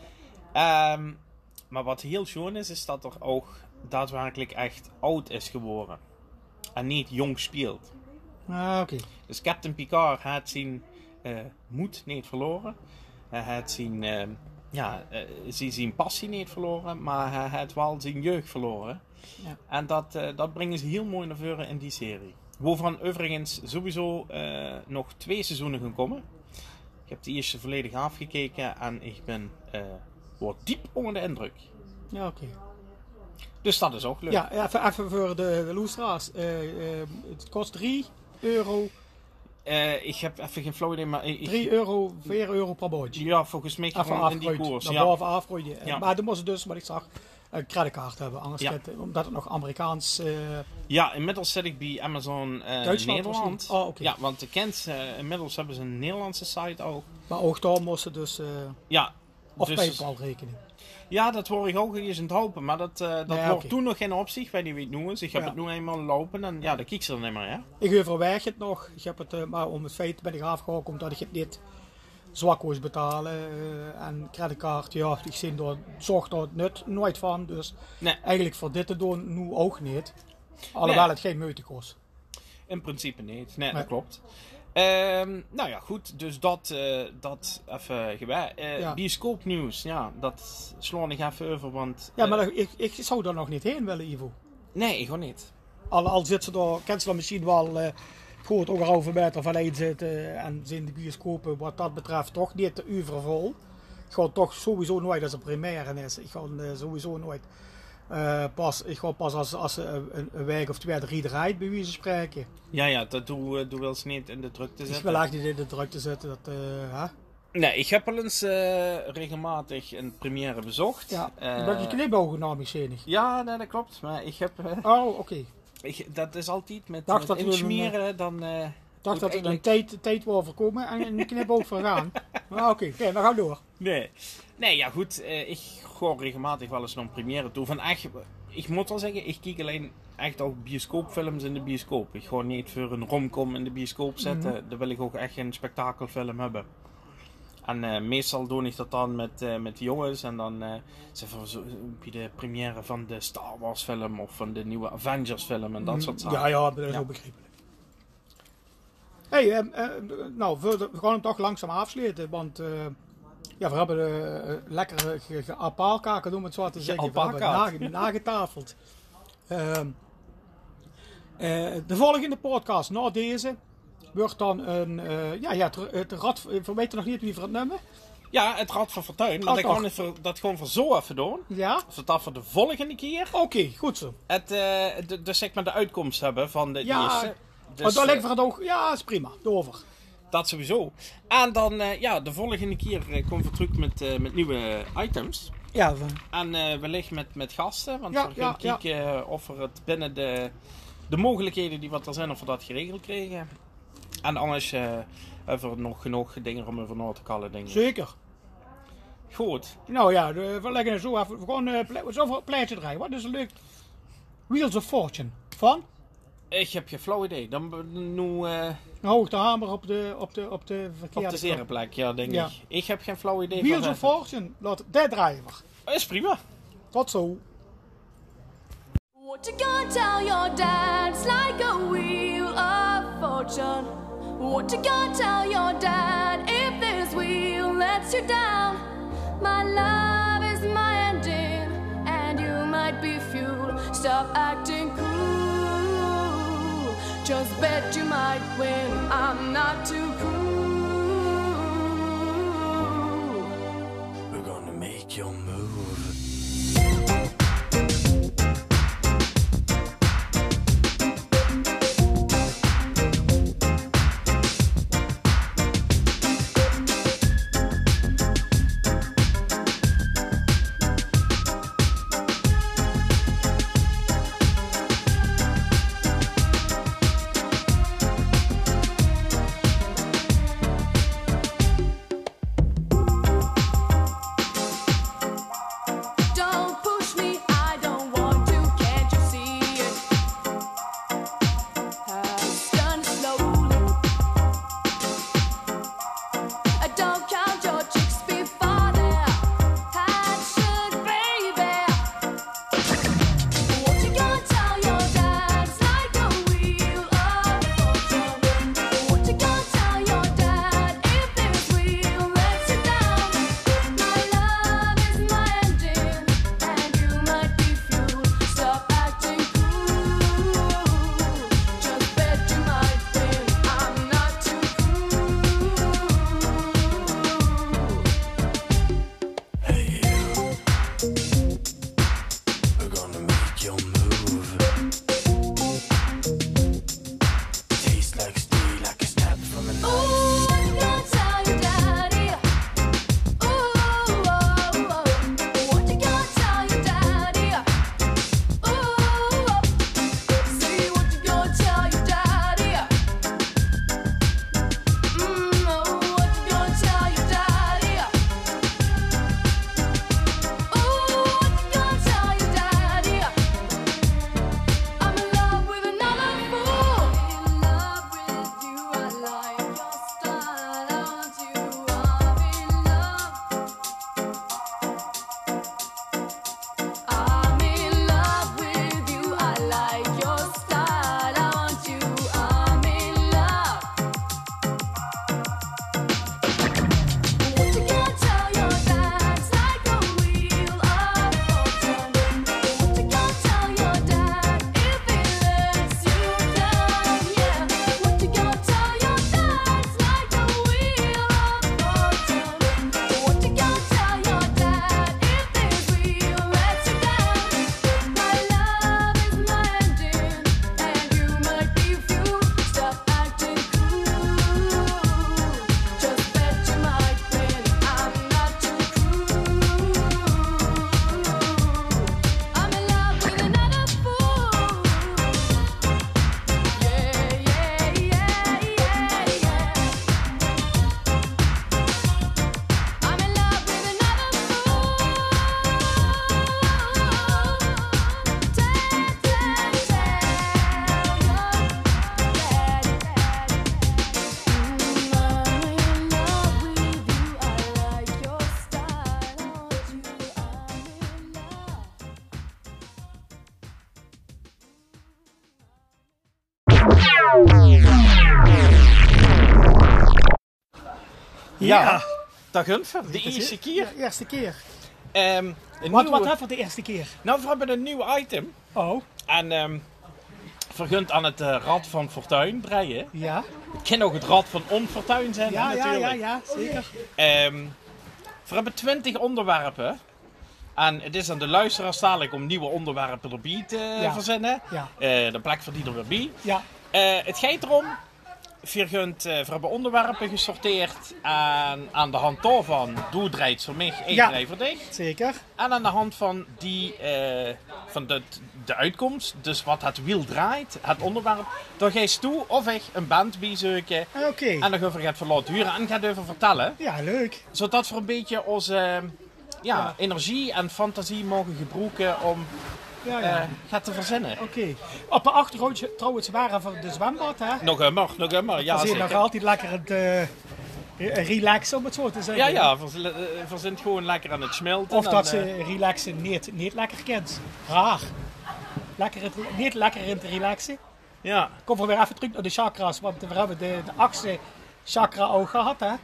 Maar wat heel schoon is dat er ook daadwerkelijk echt oud is geworden. En niet jong speelt. Oké. Dus Captain Picard had zijn moed niet verloren. Hij had zijn passie niet verloren, maar hij had wel zijn jeugd verloren. Ja. En dat brengen ze heel mooi naar voren in die serie. Waarvan overigens sowieso nog 2 seizoenen gaan komen. Ik heb de eerste volledig afgekeken en ik ben diep onder de indruk. Ja, oké. Dus dat is ook leuk. Ja, even voor de luisteraars. Het kost €3. Ik heb even geen flauw idee, maar... €3, €4 per bootje. Ja, volgens mij gewoon in die koers. Boven afgroeien. Ja. Maar dan moesten dus, wat ik zag, een creditcard hebben. Anders omdat het nog Amerikaans... Ja, inmiddels zit ik bij Amazon Nederland. Oh, okay. Ja, want inmiddels hebben ze een Nederlandse site ook. Maar ook daar moesten dus... of dus, PayPal rekening. Ja, dat word ik ook eens aan het hopen. Maar dat wordt toen nog geen optie. Ik weet niet wie het nu is. Ik heb het nu eenmaal lopen en dan kijk ze er niet meer. Hè? Ik overweeg het nog. Ik heb het, maar om het feit ben ik afgehaald omdat ik het niet zwak moest betalen. En creditcard, ik zie daar zorg daar het nooit van. Dus eigenlijk voor dit te doen, nu ook niet. Alhoewel het geen moeite kost. In principe niet. Nee, dat klopt. Nou ja, goed. Dus dat even gewij. Bioscoopnieuws, dat slaan ik even over, want... Ja, maar ik zou daar nog niet heen willen, Ivo. Nee, gewoon niet. Al zit ze daar, kent ze dan misschien wel goed ook erover beter van heen zitten en zijn de bioscopen wat dat betreft toch niet te uvervol. Ik ga toch sowieso nooit als een première is. Ik ga sowieso nooit pas als een week of 2, 3 draait, bij wie ze spreken. Ja, dat doe wel eens niet in de druk te zetten. Ik wil echt niet in de druk te zetten. Nee, ik heb al eens regelmatig een première bezocht. Ja, ben je knipogen namelijk zenig? Ja, nee, dat klopt. Maar ik heb... oké. Dat is altijd met insmeren, dan... Ik dacht dat er een tijd wil voorkomen en een knipoog vergaan. Maar oké, dan gaan we door. Nee, ja goed. Ik ga regelmatig wel eens naar een première toe. Van echt, ik moet wel zeggen, ik kijk alleen echt ook bioscoopfilms in de bioscoop. Ik ga niet voor een romcom in de bioscoop zetten. Dan wil ik ook echt een spektakelfilm hebben. En meestal doe ik dat dan met de jongens. En dan bij de première van de Star Wars film of van de nieuwe Avengers film en dat soort zaken. Ja, dat is ook begrijpelijk. We gaan hem toch langzaam afsluiten, want we hebben lekkere alpaakaken, om het zo te zeggen. We hebben nagetafeld. De volgende podcast na deze wordt dan het rad, we weten nog niet wie voor het nummer. Ja, het Rad van Fortuin, maar ik ga dat gewoon voor zo even doen. Ja? Zodat dat voor de volgende keer. Oké, goed zo. Dus zeg maar de uitkomst hebben van de eerste. Dus, dan lijkt het ook, is prima, over. Dat sowieso. En dan, de volgende keer komen we terug met nieuwe items. Ja. En wellicht met gasten, want we gaan kijken of we het binnen de mogelijkheden die wat er zijn, of we dat geregeld kregen. En anders hebben we nog genoeg dingen om over na te kallen, denk ik. Zeker. Goed. Nou ja, we leggen het zo even. We gaan zoveel plaatje draaien. Wat is er leuk? Wheels of Fortune. Van? Ik heb geen flauw idee. Dan nu... Hoog de hamer op de verkeerde... Op de zere plek, ja, denk ik. Ik heb geen flauw idee. Wheels of Fortune. Dat draaien we. Is prima. Tot zo. What you gonna tell your dad? It's like a wheel of fortune. What you gonna tell your dad if this wheel lets you down? My love is my ending, and you might be stop acting cool. Just bet you might win, I'm not too cool. We're gonna make your move. Ja, dag Gunfer, de eerste keer. De eerste keer. Wat hebben we de eerste keer? Nou, we hebben een nieuw item. Oh. En vergund aan het Rad van Fortuin breien. Ja. Het kan ook het Rad van Onfortuin zijn, ja, natuurlijk. Ja, zeker. We hebben 20 onderwerpen. En het is aan de luisteraars dadelijk om nieuwe onderwerpen erbij te verzinnen. Ja. De plek verdient er weer bij. Ja. Het gaat erom, we hebben onderwerpen gesorteerd en aan de hand daarvan doe draait voor mij, één draai voor dich. Zeker. En aan de hand van die, van de uitkomst, dus wat het wiel draait, het onderwerp, dan ga je toe of ik een band bijzoeken. Oké. En dan gaan we het van laten huren en gaat over vertellen. Ja, leuk. Zodat we een beetje onze energie en fantasie mogen gebruiken om gaat te verzinnen. Oké. Op de achtergrond trouwens waren voor de zwembad, hè? Nog immer. Ja, we zijn zeker. nog altijd lekker het relaxen, om het zo te zeggen. Ja, we zijn gewoon lekker aan het smelten. Of dat ze relaxen niet lekker kent. Raar. Niet lekker in te relaxen. Ja. Kom weer even terug naar de chakras, want we hebben de achtste chakra ook gehad, hè?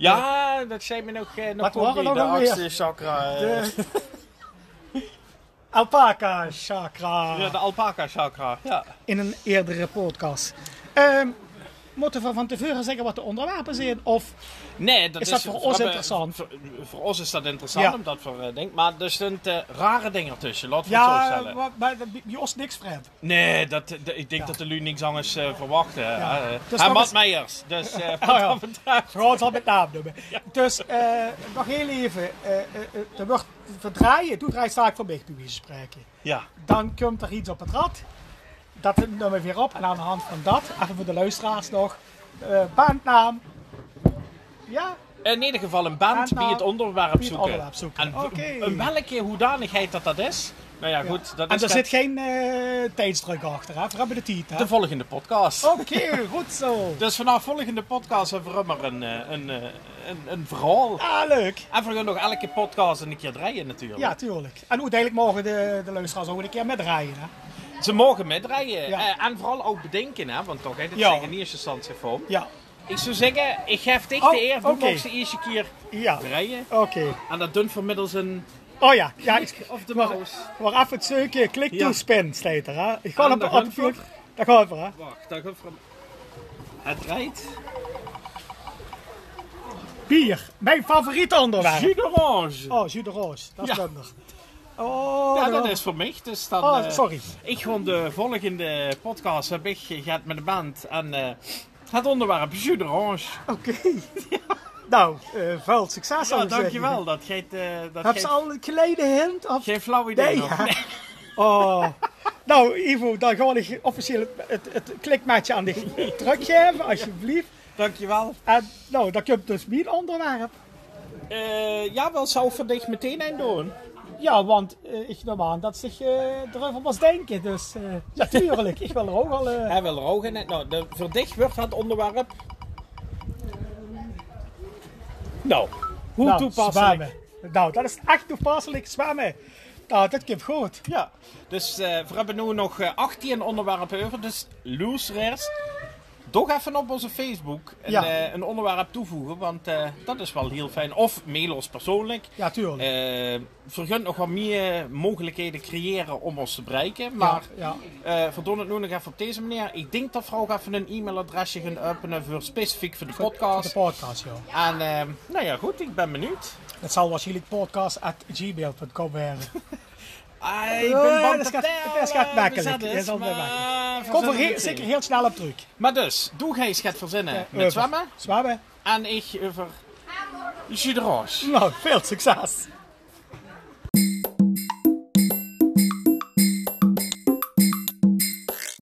Ja, dat zei me nog wat waren de nog achtste chakra. Alpaca chakra. Ja, de alpaca chakra. Ja. In een eerdere podcast. Moeten we van tevoren zeggen wat de onderwerpen zijn? Of Nee, dat is dat voor ons interessant? Voor ons is dat interessant, Ja. omdat we denken. Maar er zijn rare dingen tussen, laten we het zo ja, stellen. maar bij ons niks vreemd. Nee, ik denk dat de lui niks anders verwachten. Ja. Dus En nog Matt eens- Meijers. Dus wat ja. dat betreft. Gewoon zal met naam noemen. Dus nog heel even. Er wordt verdraaien. Toen draait sta ik van mij, toen we spreken. Ja. Dan komt er iets op het rad. Dat nemen we weer op. En aan de hand van dat, even voor de luisteraars nog. Bandnaam. Ja, In ieder geval een band En die het onderwerp het zoeken. onderwerp zoeken. En Oké. in welke hoedanigheid dat is. Nou ja, goed. Dat en is er zit geen tijdsdruk achter, hè? We hebben de tijd, hè? de volgende podcast. Oké, goed zo. Dus vanaf volgende podcast hebben we maar een verhaal. Ah, leuk. En we gaan nog elke podcast een keer draaien natuurlijk. Ja, tuurlijk. En uiteindelijk mogen de luisteraars ook een keer metdraaien, hè? Ze mogen meedraaien. Ja. En vooral ook bedenken, hè, want toch, hè, dit Ja. zeggen in eerste instantie voor. Ja. Ik zou zeggen, ik geef dich Oh, de eer, doe oké. nog de eerste keer Ja. draaien. Oké. En dat doen we middels een... Oh ja, ja, Of de maar mouse. even het zoeken, klik Ja. to spin, staat er, hè? Ik ga En op daar het gaan vuur. Daar gaan we, hè? Wacht, daar gaat van... Het draait. Bier, mijn favoriete onderwerp. Jus d'orange. Oh, jus de roos, dat is Ja. minder. Oh, Ja, dan- dat is voor mij. Dus dan, Oh, sorry. Ik gewoon de volgende podcast heb ik gehad met de band. En het onderwerp Jus d'orange. Oké. Nou, veel succes. zou Ja, ik zeggen. dankjewel. Dat geeft... Heb ze al een kleine hint? Of? Geen flauw idee Nee, nog. hè? Nee. Oh. Nou, Ivo, dan ga ik officieel het klikmaatje aan de teruggeven, alsjeblieft. Dankjewel. En nou, dan komt dus mijn onderwerp. Ja, wel zou voor dich meteen een doen. Ja, want ik neem aan dat zich erover was denken. Dus natuurlijk, ik wil er ook al... Hij wil er ook in. Nou, voor dich wordt het onderwerp... Nou, hoe nou, toepasselijk. zwemmen. Nou, dat is echt toepasselijk, zwemmen. Nou, dat komt goed. Ja, dus we hebben nu nog 18 onderwerpen over. Dus luisteraars, toch even op onze Facebook een onderwerp toevoegen. Want dat is wel heel fijn. Of mail ons persoonlijk. Ja, tuurlijk. Vergunt nog wat meer mogelijkheden creëren om ons te bereiken. Maar ja. we doen het nu nog even op deze manier. Ik denk dat we ook even een e-mailadresje gaan openen voor specifiek voor de podcast. De podcast, ja. En nou ja, goed, ik ben benieuwd. Dat zal waarschijnlijk podcast@gmail.com werden. Ik ben Ja, bang dat gaat makkelijk. Dat is altijd Kom er zeker heel snel op terug. Maar dus, doe jij gaat verzinnen met zwemmen. Zwemmen. En ik over jus d'orange. Nou, veel succes.